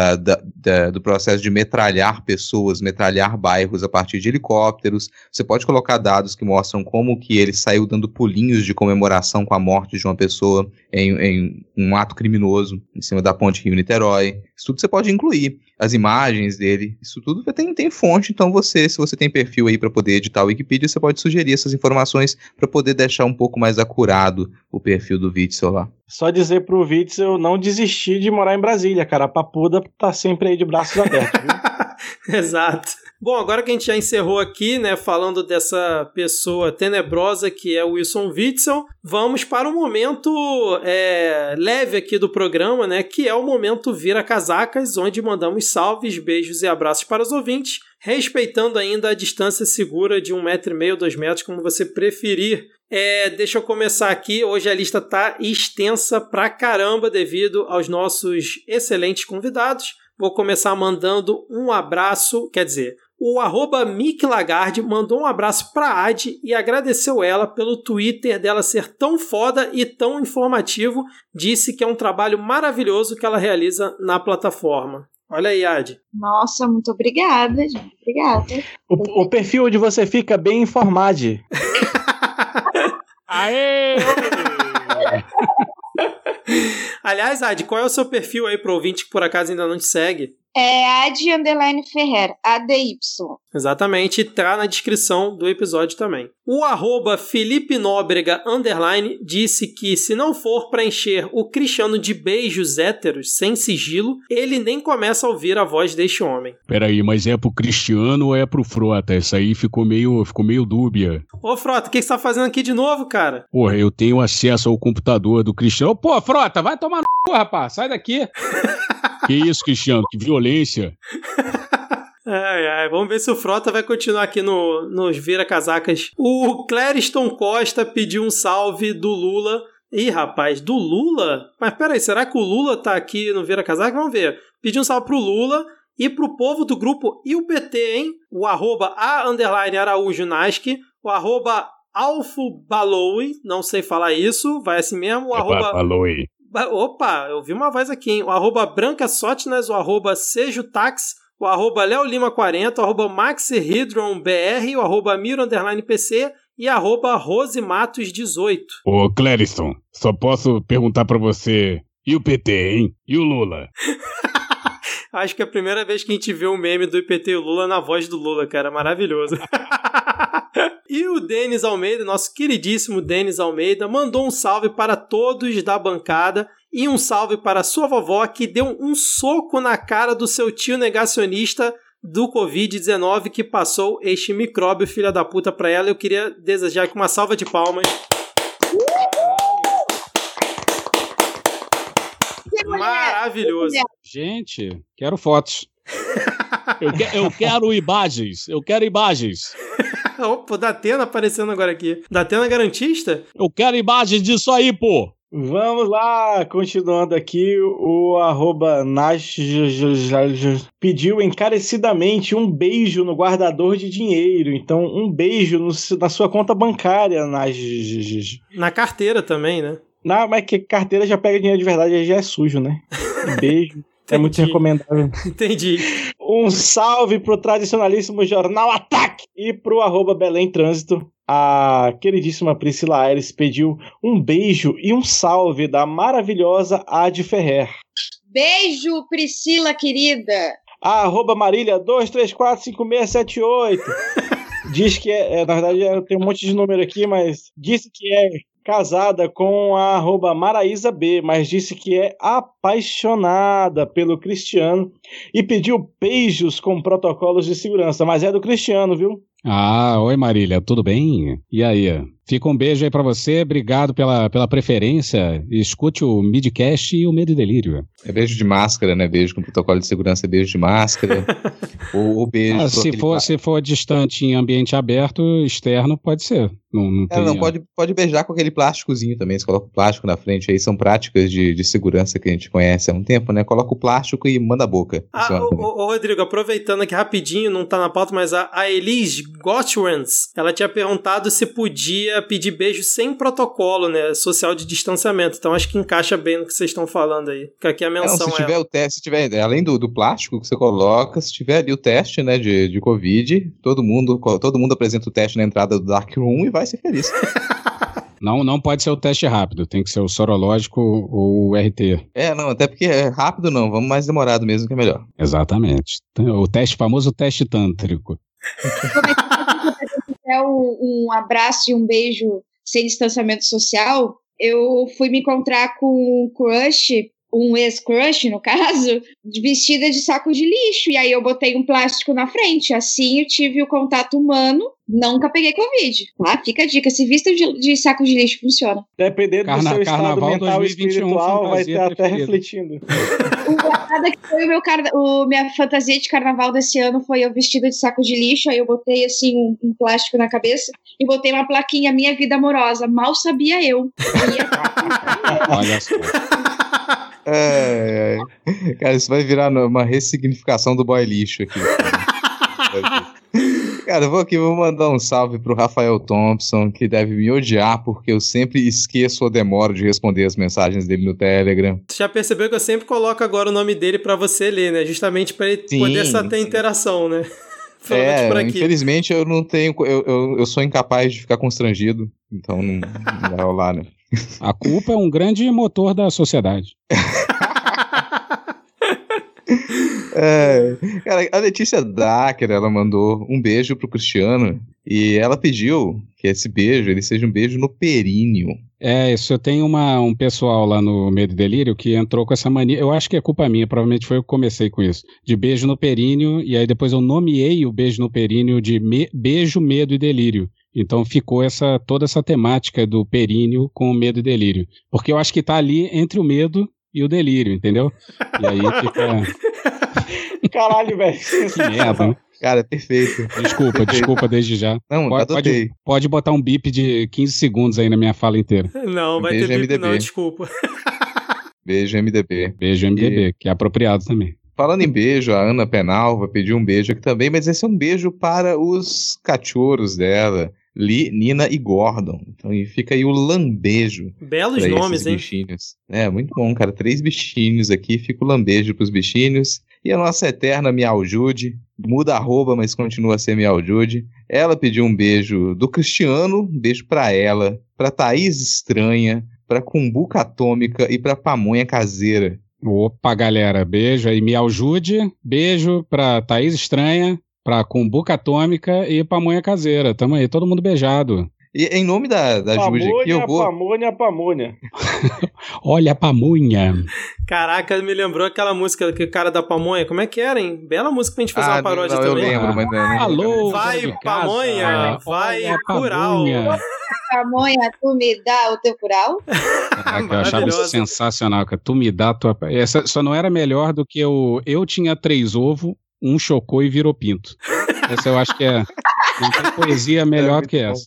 do processo de metralhar pessoas, metralhar bairros a partir de helicópteros. Você pode colocar dados que mostram como que ele saiu dando pulinhos de comemoração com a morte de uma pessoa em um ato criminoso em cima da ponte Rio-Niterói. Isso tudo você pode incluir. As imagens dele, isso tudo tem fonte. Então se você tem perfil aí para poder editar o Wikipedia, você pode sugerir essas informações para poder deixar um pouco mais acurado o perfil do Witzel lá. Só dizer pro Witzel não desistir de morar em Brasília, cara. A Papuda tá sempre aí de braços abertos, viu? Exato. Bom, agora que a gente já encerrou aqui, né, falando dessa pessoa tenebrosa que é o Wilson Witzel, vamos para um momento leve aqui do programa, né, que é o momento Vira Casacas, onde mandamos salves, beijos e abraços para os ouvintes, respeitando ainda a distância segura de 1,5 m, 2 metros, como você preferir. Deixa eu começar aqui. Hoje a lista tá extensa pra caramba devido aos nossos excelentes convidados. Vou começar mandando um abraço, quer dizer, o @MickLagarde mandou um abraço pra Adi e agradeceu ela pelo Twitter dela ser tão foda e tão informativo. Disse que é um trabalho maravilhoso que ela realiza na plataforma. Olha aí, Adi. Nossa, muito obrigada, gente. Obrigada. O perfil onde você fica bem informado. Aê! Aliás, Adi, qual é o seu perfil aí pro ouvinte que por acaso ainda não te segue? É Adi_Ferrer, ADY. Exatamente, tá na descrição do episódio também. O @FelipeNóbrega_ disse que se não for pra encher o Cristiano de beijos héteros sem sigilo, ele nem começa a ouvir a voz deste homem. Peraí, mas é pro Cristiano ou é pro Frota? Essa aí ficou meio dúbia. Ô, Frota, o que você tá fazendo aqui de novo, cara? Porra, eu tenho acesso ao computador do Cristiano. Pô, Frota, vai tomar no c, rapaz, sai daqui. Que isso, Cristiano, que violência. Vamos ver se o Frota vai continuar aqui nos Vira-Casacas. O Clériston Costa pediu um salve do Lula. Ih, rapaz, do Lula? Mas peraí, será que o Lula tá aqui no Vira-Casaca? Vamos ver. Pediu um salve pro Lula e pro povo do grupo e o PT, hein? O @a_Araújo Nasc, o @AlfoBaloui, não sei falar isso, vai assim mesmo, o Baloui. Opa, eu vi uma voz aqui, hein? O @BrancaSotnas, o @SejoTax, o @LeoLima40, o @MaxiHydronBR, o @Miro_PC e @RoseMatos18. Ô, Clériston, só posso perguntar pra você, e o PT, hein? E o Lula? Acho que é a primeira vez que a gente vê um meme do IPT e o Lula na voz do Lula, cara. Maravilhoso. E o Denis Almeida, nosso queridíssimo Denis Almeida, mandou um salve para todos da bancada e um salve para sua vovó, que deu um soco na cara do seu tio negacionista do Covid-19, que passou este micróbio filha da puta pra ela. Eu queria desejar aqui uma salva de palmas. Maravilhoso. Gente, quero fotos. Eu quero imagens. Eu quero imagens. Opa, o Datena aparecendo agora aqui. Datena garantista? Eu quero imagens disso aí, pô. Vamos lá, continuando aqui, o @Nash pediu encarecidamente um beijo no guardador de dinheiro. Então, um beijo na sua conta bancária, Nash. Na carteira também, né? Não, mas que carteira já pega dinheiro de verdade, aí já é sujo, né? Beijo. É muito recomendável. Entendi. Um salve pro tradicionalíssimo Jornal Ataque e pro @Belém Trânsito. A queridíssima Priscila Aires pediu um beijo e um salve da maravilhosa Adi Ferrer. Beijo, Priscila, querida. A @Marília 2345678 diz que na verdade tem um monte de número aqui, mas disse que é casada com a @Maraísa B, mas disse que é apaixonada pelo Cristiano e pediu beijos com protocolos de segurança, mas é do Cristiano, viu? Oi Marília, tudo bem? E aí? Fica um beijo aí pra você, obrigado pela preferência. Escute o Midcast e o Medo e Delírio. É beijo de máscara, né? Beijo com protocolo de segurança, é beijo de máscara. ou beijo... Se for distante em ambiente aberto, externo, pode ser. Não pode beijar com aquele plásticozinho também. Você coloca o plástico na frente aí, são práticas de segurança que a gente conhece há um tempo, né? Coloca o plástico e manda a boca. Rodrigo, aproveitando aqui rapidinho, não tá na pauta, mas a Elise Gottwans, ela tinha perguntado se podia pedir beijo sem protocolo, né? Social de distanciamento. Então acho que encaixa bem no que vocês estão falando aí. Porque aqui a menção se tiver o teste, se tiver, além do plástico que você coloca, se tiver ali o teste, né, de Covid, todo mundo apresenta o teste na entrada do Dark Room e vai ser feliz. Não pode ser o teste rápido, tem que ser o sorológico ou o RT. Até porque rápido não, vamos mais demorado mesmo que é melhor. Exatamente. O famoso teste tântrico. É um abraço e um beijo sem distanciamento social. Eu fui me encontrar com um crush, um ex-crush, no caso, vestida de saco de lixo. E aí eu botei um plástico na frente. Assim eu tive o contato humano. Nunca peguei Covid, tá? Fica a dica, se vista de saco de lixo, funciona. Dependendo do seu estado mental e espiritual, vai estar até refletindo. O engraçado é que foi minha fantasia de carnaval desse ano foi eu vestida de saco de lixo, aí eu botei assim um plástico na cabeça e botei uma plaquinha Minha Vida Amorosa. Mal sabia eu. Olha só. Cara, isso vai virar uma ressignificação do boy lixo aqui. Cara, vou mandar um salve pro Rafael Thompson, que deve me odiar porque eu sempre esqueço ou demoro de responder as mensagens dele no Telegram. Você já percebeu que eu sempre coloco agora o nome dele pra você ler, né? Justamente pra ele poder só ter interação, né? Por aqui. Infelizmente eu não tenho, eu sou incapaz de ficar constrangido, então não vai rolar, né? A culpa é um grande motor da sociedade. Cara, a Letícia Dacker, ela mandou um beijo pro Cristiano e ela pediu que esse beijo ele seja um beijo no períneo. Isso, eu tenho um pessoal lá no Medo e Delírio que entrou com essa mania, eu acho que é culpa minha, provavelmente foi eu que comecei com isso, de beijo no períneo, e aí depois eu nomeei o beijo no períneo de beijo, medo e delírio. Então ficou toda essa temática do períneo com o medo e delírio. Porque eu acho que tá ali entre o medo e o delírio, entendeu? E aí fica... Caralho, velho. Que merda, né? Cara, perfeito. Desculpa desde já. Não, pode botar um bip de 15 segundos aí na minha fala inteira. Não, vai ter bip não, desculpa. Beijo, MDB. Beijo, MDB, que é apropriado também. Falando em beijo, a Ana Penalva pediu um beijo aqui também, mas esse é um beijo para os cachorros dela, Nina e Gordon. Então fica aí o lambejo. Belos nomes, hein? Bichinhos. É, muito bom, cara. 3 bichinhos aqui, fica o lambejo pros bichinhos. E a nossa eterna Miaujude, muda arroba, mas continua a ser Miaujude. Ela pediu um beijo do Cristiano, um beijo pra ela, pra Thaís Estranha, pra Cumbuca Atômica e pra Pamonha Caseira. Opa, galera, beijo aí, Miaujude, beijo pra Thaís Estranha, pra Cumbuca Atômica e Pamonha Caseira. Tamo aí, todo mundo beijado. E em nome da Jude aqui, eu vou... Pamonha. Olha a pamonha. Caraca, me lembrou aquela música que o cara da pamonha, como é que era, hein? Bela música pra gente fazer uma paródia também. Eu lembro, mas não. Alô, vai pamonha, vai curau. Pamonha, tu me dá o teu curau? Caraca, eu achava isso sensacional, cara. Tu me dá a tua... Essa só não era melhor do que eu tinha 3 ovos, um chocou e virou pinto. Essa eu acho que é... Não tem poesia melhor do que essa.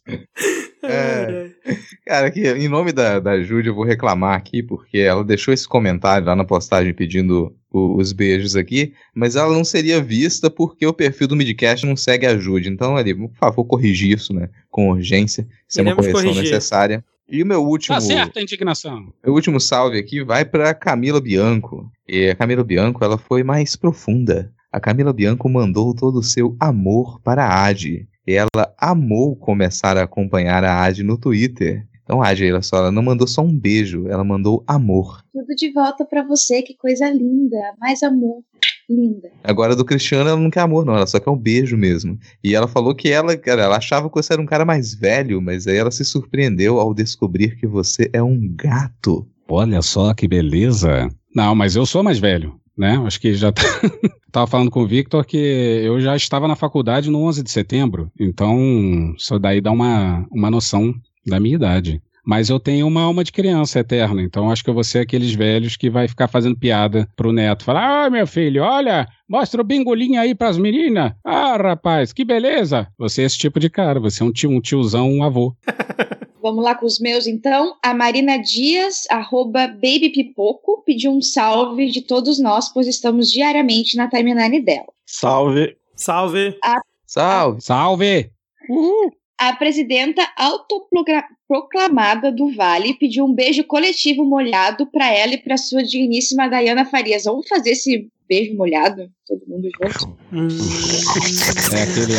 Cara, aqui, em nome da Jude, eu vou reclamar aqui, porque ela deixou esse comentário lá na postagem pedindo os beijos aqui, mas ela não seria vista porque o perfil do Midcast não segue a Jude. Então, ali, por favor, corrigir isso, né? Com urgência. Isso é uma correção necessária. E o meu último... Tá certo a indignação. Meu último salve aqui vai pra Camila Bianco. E a Camila Bianco, ela foi mais profunda. A Camila Bianco mandou todo o seu amor para a Adi. Ela amou começar a acompanhar a Adi no Twitter. Então, Adi, ela não mandou só um beijo, ela mandou amor. Tudo de volta pra você, que coisa linda. Mais amor. Linda. Agora, do Cristiano, ela não quer amor, não. Ela só quer um beijo mesmo. E ela falou que ela achava que você era um cara mais velho, mas aí ela se surpreendeu ao descobrir que você é um gato. Olha só que beleza. Não, mas eu sou mais velho, né? Acho que já tava falando com o Victor que eu já estava na faculdade no 11 de setembro, então isso daí dá uma noção da minha idade. Mas eu tenho uma alma de criança eterna, então acho que eu vou ser aqueles velhos que vai ficar fazendo piada pro neto. Falar, meu filho, olha, mostra o bingolinho aí pras meninas. Ah, rapaz, que beleza. Você é esse tipo de cara, você é um tiozão, um avô. Vamos lá com os meus, então. A Marina Dias, @babypipoco, pediu um salve de todos nós, pois estamos diariamente na timeline dela. Salve. Salve. Salve. A presidenta autoproclamada do Vale pediu um beijo coletivo molhado para ela e para sua digníssima Dayana Farias. Vamos fazer esse beijo molhado? Todo mundo junto? É aquele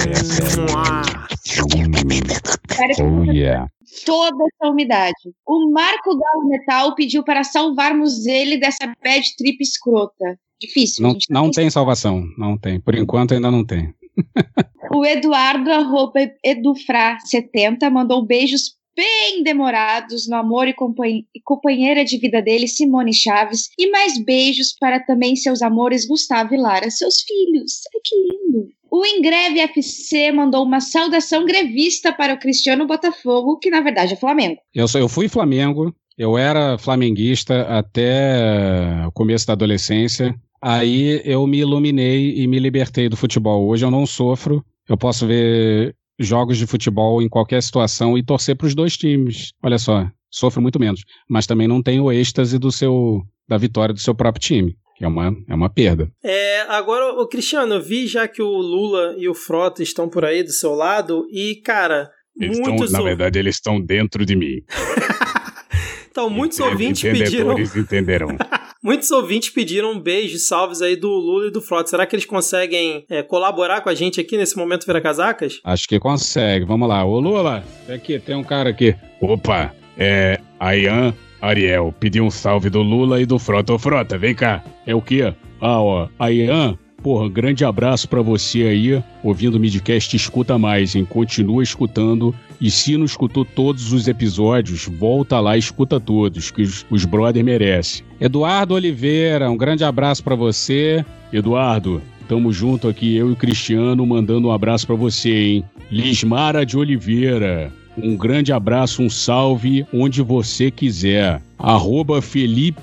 ar. Toda essa umidade. O Marco Galo Metal pediu para salvarmos ele dessa bad trip escrota. Difícil. Não tem salvação. Não tem. Por enquanto ainda não tem. O Eduardo, @edufra70, mandou beijos bem demorados no amor e companheira de vida dele, Simone Chaves, e mais beijos para também seus amores, Gustavo e Lara, seus filhos. Ai, que lindo! O Ingreve FC mandou uma saudação grevista para o Cristiano Botafogo, que na verdade é Flamengo. Eu fui Flamengo, eu era flamenguista até o começo da adolescência. Aí eu me iluminei e me libertei do futebol. Hoje eu não sofro, eu posso ver jogos de futebol em qualquer situação e torcer para os 2 times. Olha só, sofro muito menos. Mas também não tenho o êxtase da vitória do seu próprio time, que é uma perda. Agora, Cristiano, eu vi já que o Lula e o Frota estão por aí do seu lado e, cara... Na verdade, eles estão dentro de mim. Então, muitos ouvintes pediram... entenderão. Muitos ouvintes pediram beijos, salves aí do Lula e do Frota. Será que eles conseguem colaborar com a gente aqui nesse momento Vira-Casacas? Acho que consegue. Vamos lá. Ô, Lula, aqui, tem um cara aqui. Opa, Ayan Ariel pediu um salve do Lula e do Frota. Ô, Frota, vem cá. É o quê? Ayan, porra, grande abraço pra você aí. Ouvindo o Midcast, escuta mais, hein? Continua escutando. E se não escutou todos os episódios, volta lá e escuta todos, que os brother merecem. Eduardo Oliveira, um grande abraço pra você. Eduardo, tamo junto aqui, eu e o Cristiano, mandando um abraço pra você, hein? Lismara de Oliveira, um grande abraço, um salve, onde você quiser. @Felipe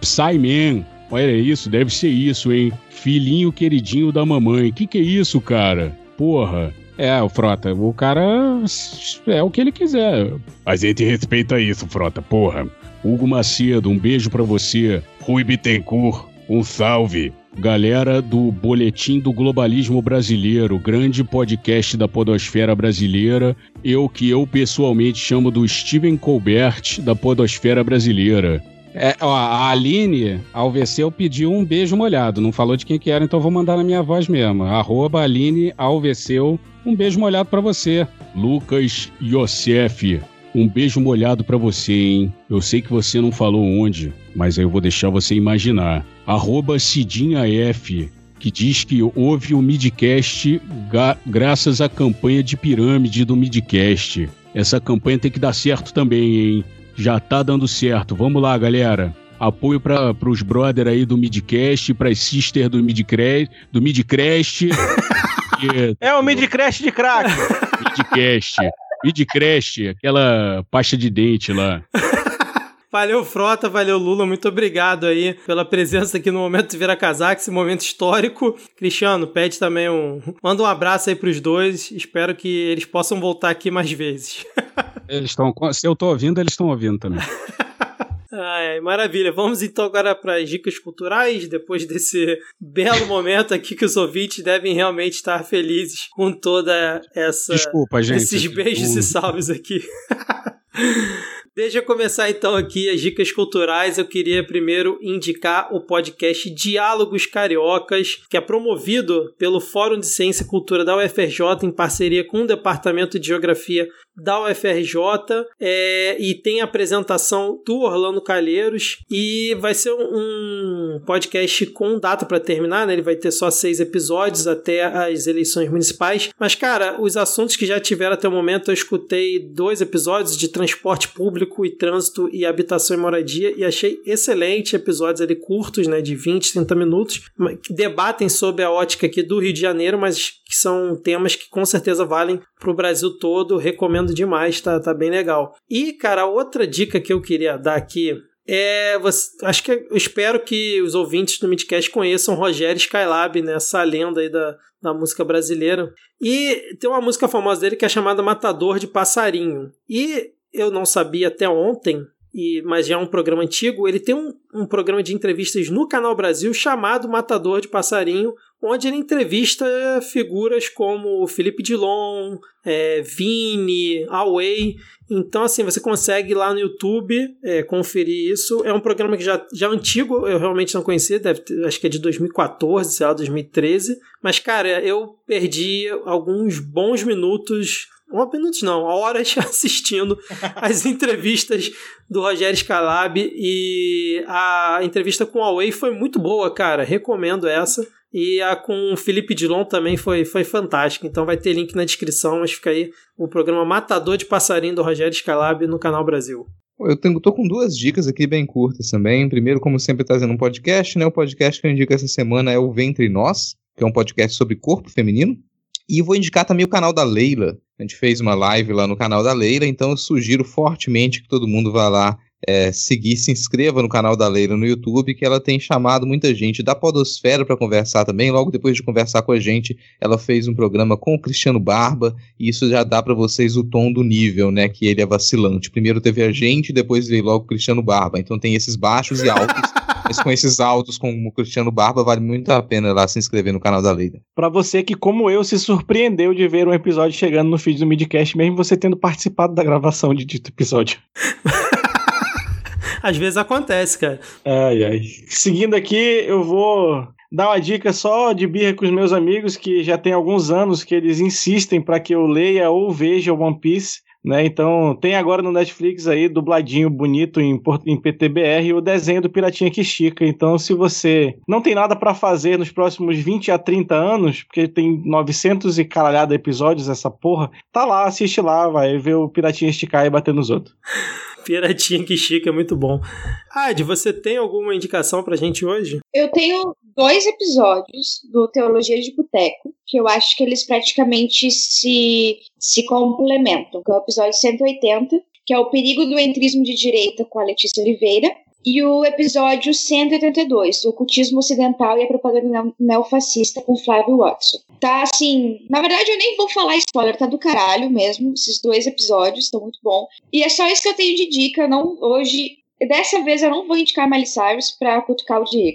Psyman. Olha isso, deve ser isso, hein? Filhinho queridinho da mamãe. Que é isso, cara? Porra. O Frota, o cara é o que ele quiser. A gente respeita isso, Frota, porra. Hugo Macedo, um beijo pra você. Rui Bittencourt, um salve. Galera do Boletim do Globalismo Brasileiro, grande podcast da podosfera brasileira, que eu pessoalmente chamo do Stephen Colbert da podosfera brasileira. A Aline Alveceu pediu um beijo molhado, não falou de quem que era, então vou mandar na minha voz mesmo. @Aline Alveceu, um beijo molhado pra você. Lucas Iosef, um beijo molhado pra você, hein? Eu sei que você não falou onde, mas eu vou deixar você imaginar. @CidinhaF, que diz que houve o Midcast graças à campanha de pirâmide do Midcast. Essa campanha tem que dar certo também, hein? Já tá dando certo. Vamos lá, galera. Apoio pros brother aí do Midcast, pras sisters do Midcast. É o Midcast de crack. Midcast, aquela pasta de dente lá. Valeu, Frota, valeu, Lula, muito obrigado aí pela presença aqui no Momento Vira Casaca, esse momento histórico. Cristiano, pede também manda um abraço aí pros dois, espero que eles possam voltar aqui mais vezes. Se eu tô ouvindo, eles estão ouvindo também. Maravilha, vamos então agora para as dicas culturais, depois desse belo momento aqui que os ouvintes devem realmente estar felizes com toda essa... Desculpa, gente. Esses beijos e salves aqui. Deixa eu começar então aqui as dicas culturais. Eu queria primeiro indicar o podcast Diálogos Cariocas, que é promovido pelo Fórum de Ciência e Cultura da UFRJ em parceria com o Departamento de Geografia da UFRJ, e tem a apresentação do Orlando Calheiros, e vai ser um podcast com data para terminar, né? Ele vai ter só 6 episódios até as eleições municipais, mas cara, os assuntos que já tiveram até o momento, eu escutei 2 episódios de transporte público e trânsito e habitação e moradia, e achei excelente, episódios ali curtos, né, de 20, 30 minutos, que debatem sobre a ótica aqui do Rio de Janeiro, mas que são temas que com certeza valem pro Brasil todo, recomendo demais, tá bem legal. E, cara, outra dica que eu queria dar aqui eu espero que os ouvintes do Midcast conheçam Rogério Skylab, né, essa lenda aí da música brasileira. E tem uma música famosa dele que é chamada Matador de Passarinho. E eu não sabia até ontem, mas já é um programa antigo, ele tem um programa de entrevistas no Canal Brasil chamado Matador de Passarinho, onde ele entrevista figuras como Felipe Dilon, Vini, Away. Então, assim, você consegue lá no YouTube conferir isso. É um programa que já é antigo, eu realmente não conhecia, acho que é de 2014, sei lá, 2013. Mas, cara, eu perdi alguns bons minutos... horas assistindo as entrevistas do Rogério Skylab, e a entrevista com o Away foi muito boa, cara, recomendo essa, e a com o Felipe Dilon também foi fantástica, então vai ter link na descrição, mas fica aí o programa Matador de Passarinho do Rogério Skylab no Canal Brasil. Eu tô com 2 dicas aqui bem curtas também. Primeiro, como sempre, trazendo um podcast, né? O podcast que eu indico essa semana é o Ventre Nós, que é um podcast sobre corpo feminino. E vou indicar também o canal da Leila. A gente fez uma live lá no canal da Leila, então eu sugiro fortemente que todo mundo vá lá seguir, se inscreva no canal da Leila no YouTube, que ela tem chamado muita gente da podosfera para conversar também. Logo depois de conversar com a gente, ela fez um programa com o Cristiano Barba, e isso já dá para vocês o tom do nível, né, que ele é vacilante. Primeiro teve a gente, depois veio logo o Cristiano Barba, então tem esses baixos e altos. Mas com esses altos como o Cristiano Barba, vale muito a pena lá se inscrever no canal da Leila. Pra você que, como eu, se surpreendeu de ver um episódio chegando no feed do Midcast, mesmo você tendo participado da gravação de dito episódio. Às vezes acontece, cara. Ai. Seguindo aqui, eu vou dar uma dica só de birra com os meus amigos, que já tem alguns anos que eles insistem para que eu leia ou veja One Piece, né? Então tem agora no Netflix aí, dubladinho bonito em PTBR, o desenho do Piratinha que Estica. Então, se você não tem nada para fazer nos próximos 20 a 30 anos, porque tem 900 e caralhada episódios essa porra, tá lá, assiste lá, vai ver o Piratinha esticar e bater nos outros. Piratinha que Chica é muito bom. Adi, você tem alguma indicação pra gente hoje? Eu tenho 2 episódios do Teologia de Boteco, que eu acho que eles praticamente se complementam. Que é o episódio 180, que é o perigo do entrismo de direita com a Letícia Oliveira, E o episódio 182, o ocultismo ocidental e a propaganda neofascista com Flávio Watson. Tá, assim, na verdade eu nem vou falar spoiler, tá do caralho mesmo, esses 2 episódios estão muito bons. E é só isso que eu tenho de dica, dessa vez eu não vou indicar Miley Cyrus pra cutucar o Diego.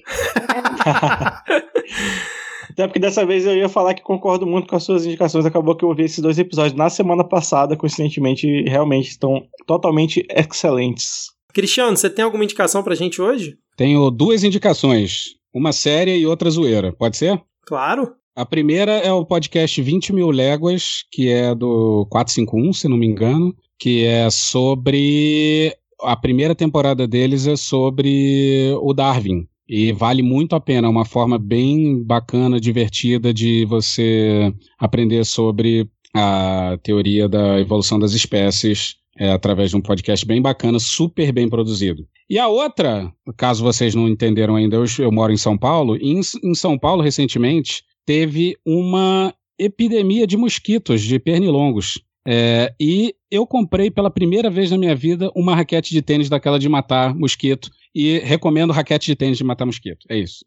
Até porque dessa vez eu ia falar que concordo muito com as suas indicações. Acabou que eu ouvi esses 2 episódios na semana passada, coincidentemente, e realmente estão totalmente excelentes. Cristiano, você tem alguma indicação pra gente hoje? Tenho 2 indicações, uma séria e outra zoeira, pode ser? Claro. A primeira é o podcast 20 Mil Léguas, que é do 451, se não me engano, que é sobre... A primeira temporada deles é sobre o Darwin. E vale muito a pena, é uma forma bem bacana, divertida de você aprender sobre a teoria da evolução das espécies através de um podcast bem bacana, super bem produzido. E a outra, caso vocês não entenderam ainda, eu moro em São Paulo, e em São Paulo, recentemente, teve uma epidemia de mosquitos, de pernilongos. E eu comprei pela primeira vez na minha vida uma raquete de tênis daquela de matar mosquito. E recomendo raquete de tênis de matar mosquito. É isso.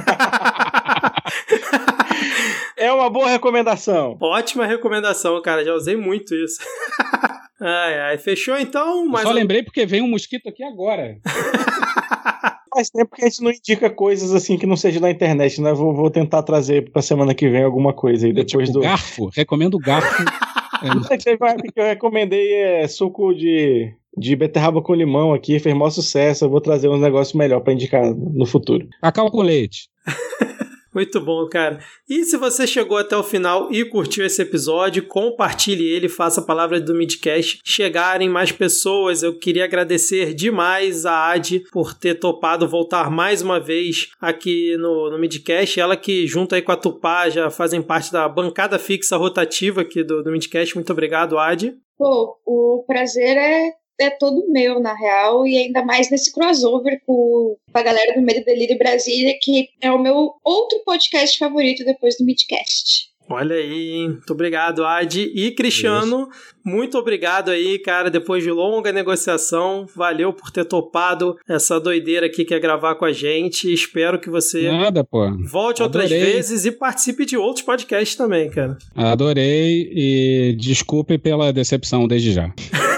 É uma boa recomendação. Ótima recomendação, cara. Já usei muito isso. Fechou então? Só lembrei porque veio um mosquito aqui agora. Faz tempo que a gente não indica coisas assim que não seja na internet, né? Vou tentar trazer pra semana que vem alguma coisa aí. Depois do garfo. Recomendo o garfo. Teve uma época que eu recomendei suco de beterraba com limão aqui, fez maior sucesso. Eu vou trazer uns negócios melhor pra indicar no futuro. Cacau com leite. Muito bom, cara. E se você chegou até o final e curtiu esse episódio, compartilhe ele, faça a palavra do Midcast chegarem mais pessoas. Eu queria agradecer demais a Adi por ter topado voltar mais uma vez aqui no Midcast. Ela que, junto aí com a Tupá, já fazem parte da bancada fixa rotativa aqui do Midcast. Muito obrigado, Adi. Pô, o prazer é todo meu, na real, e ainda mais nesse crossover com a galera do Medo e Delírio Brasília, que é o meu outro podcast favorito depois do Midcast. Olha aí, muito obrigado, Adi. E Cristiano, muito obrigado aí, cara, depois de longa negociação, valeu por ter topado essa doideira aqui que é gravar com a gente. Espero que você volte outras vezes e participe de outros podcasts também, cara. Adorei e desculpe pela decepção desde já.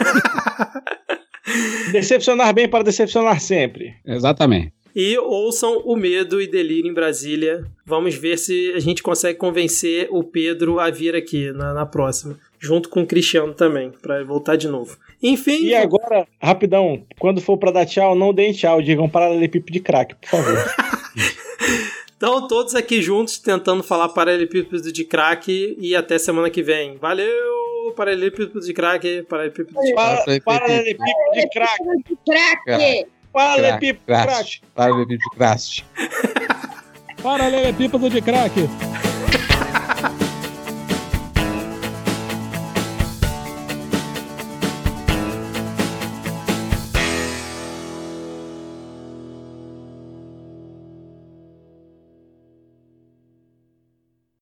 Decepcionar bem para decepcionar sempre. Exatamente. E ouçam o Medo e Delírio em Brasília. Vamos ver se a gente consegue convencer o Pedro a vir aqui na próxima. Junto com o Cristiano também, para voltar de novo. Enfim... E agora, rapidão, quando for para dar tchau, não deem tchau, digam paralelepípedo de crack, por favor. Então, todos aqui juntos, tentando falar paralelepípedo de crack, e até semana que vem. Valeu! Paralelepípedo de crack, paralelepípedo de crack. Paralelepípedo de crack. Paralelepípedo de crack. Paralelepípedo de crack.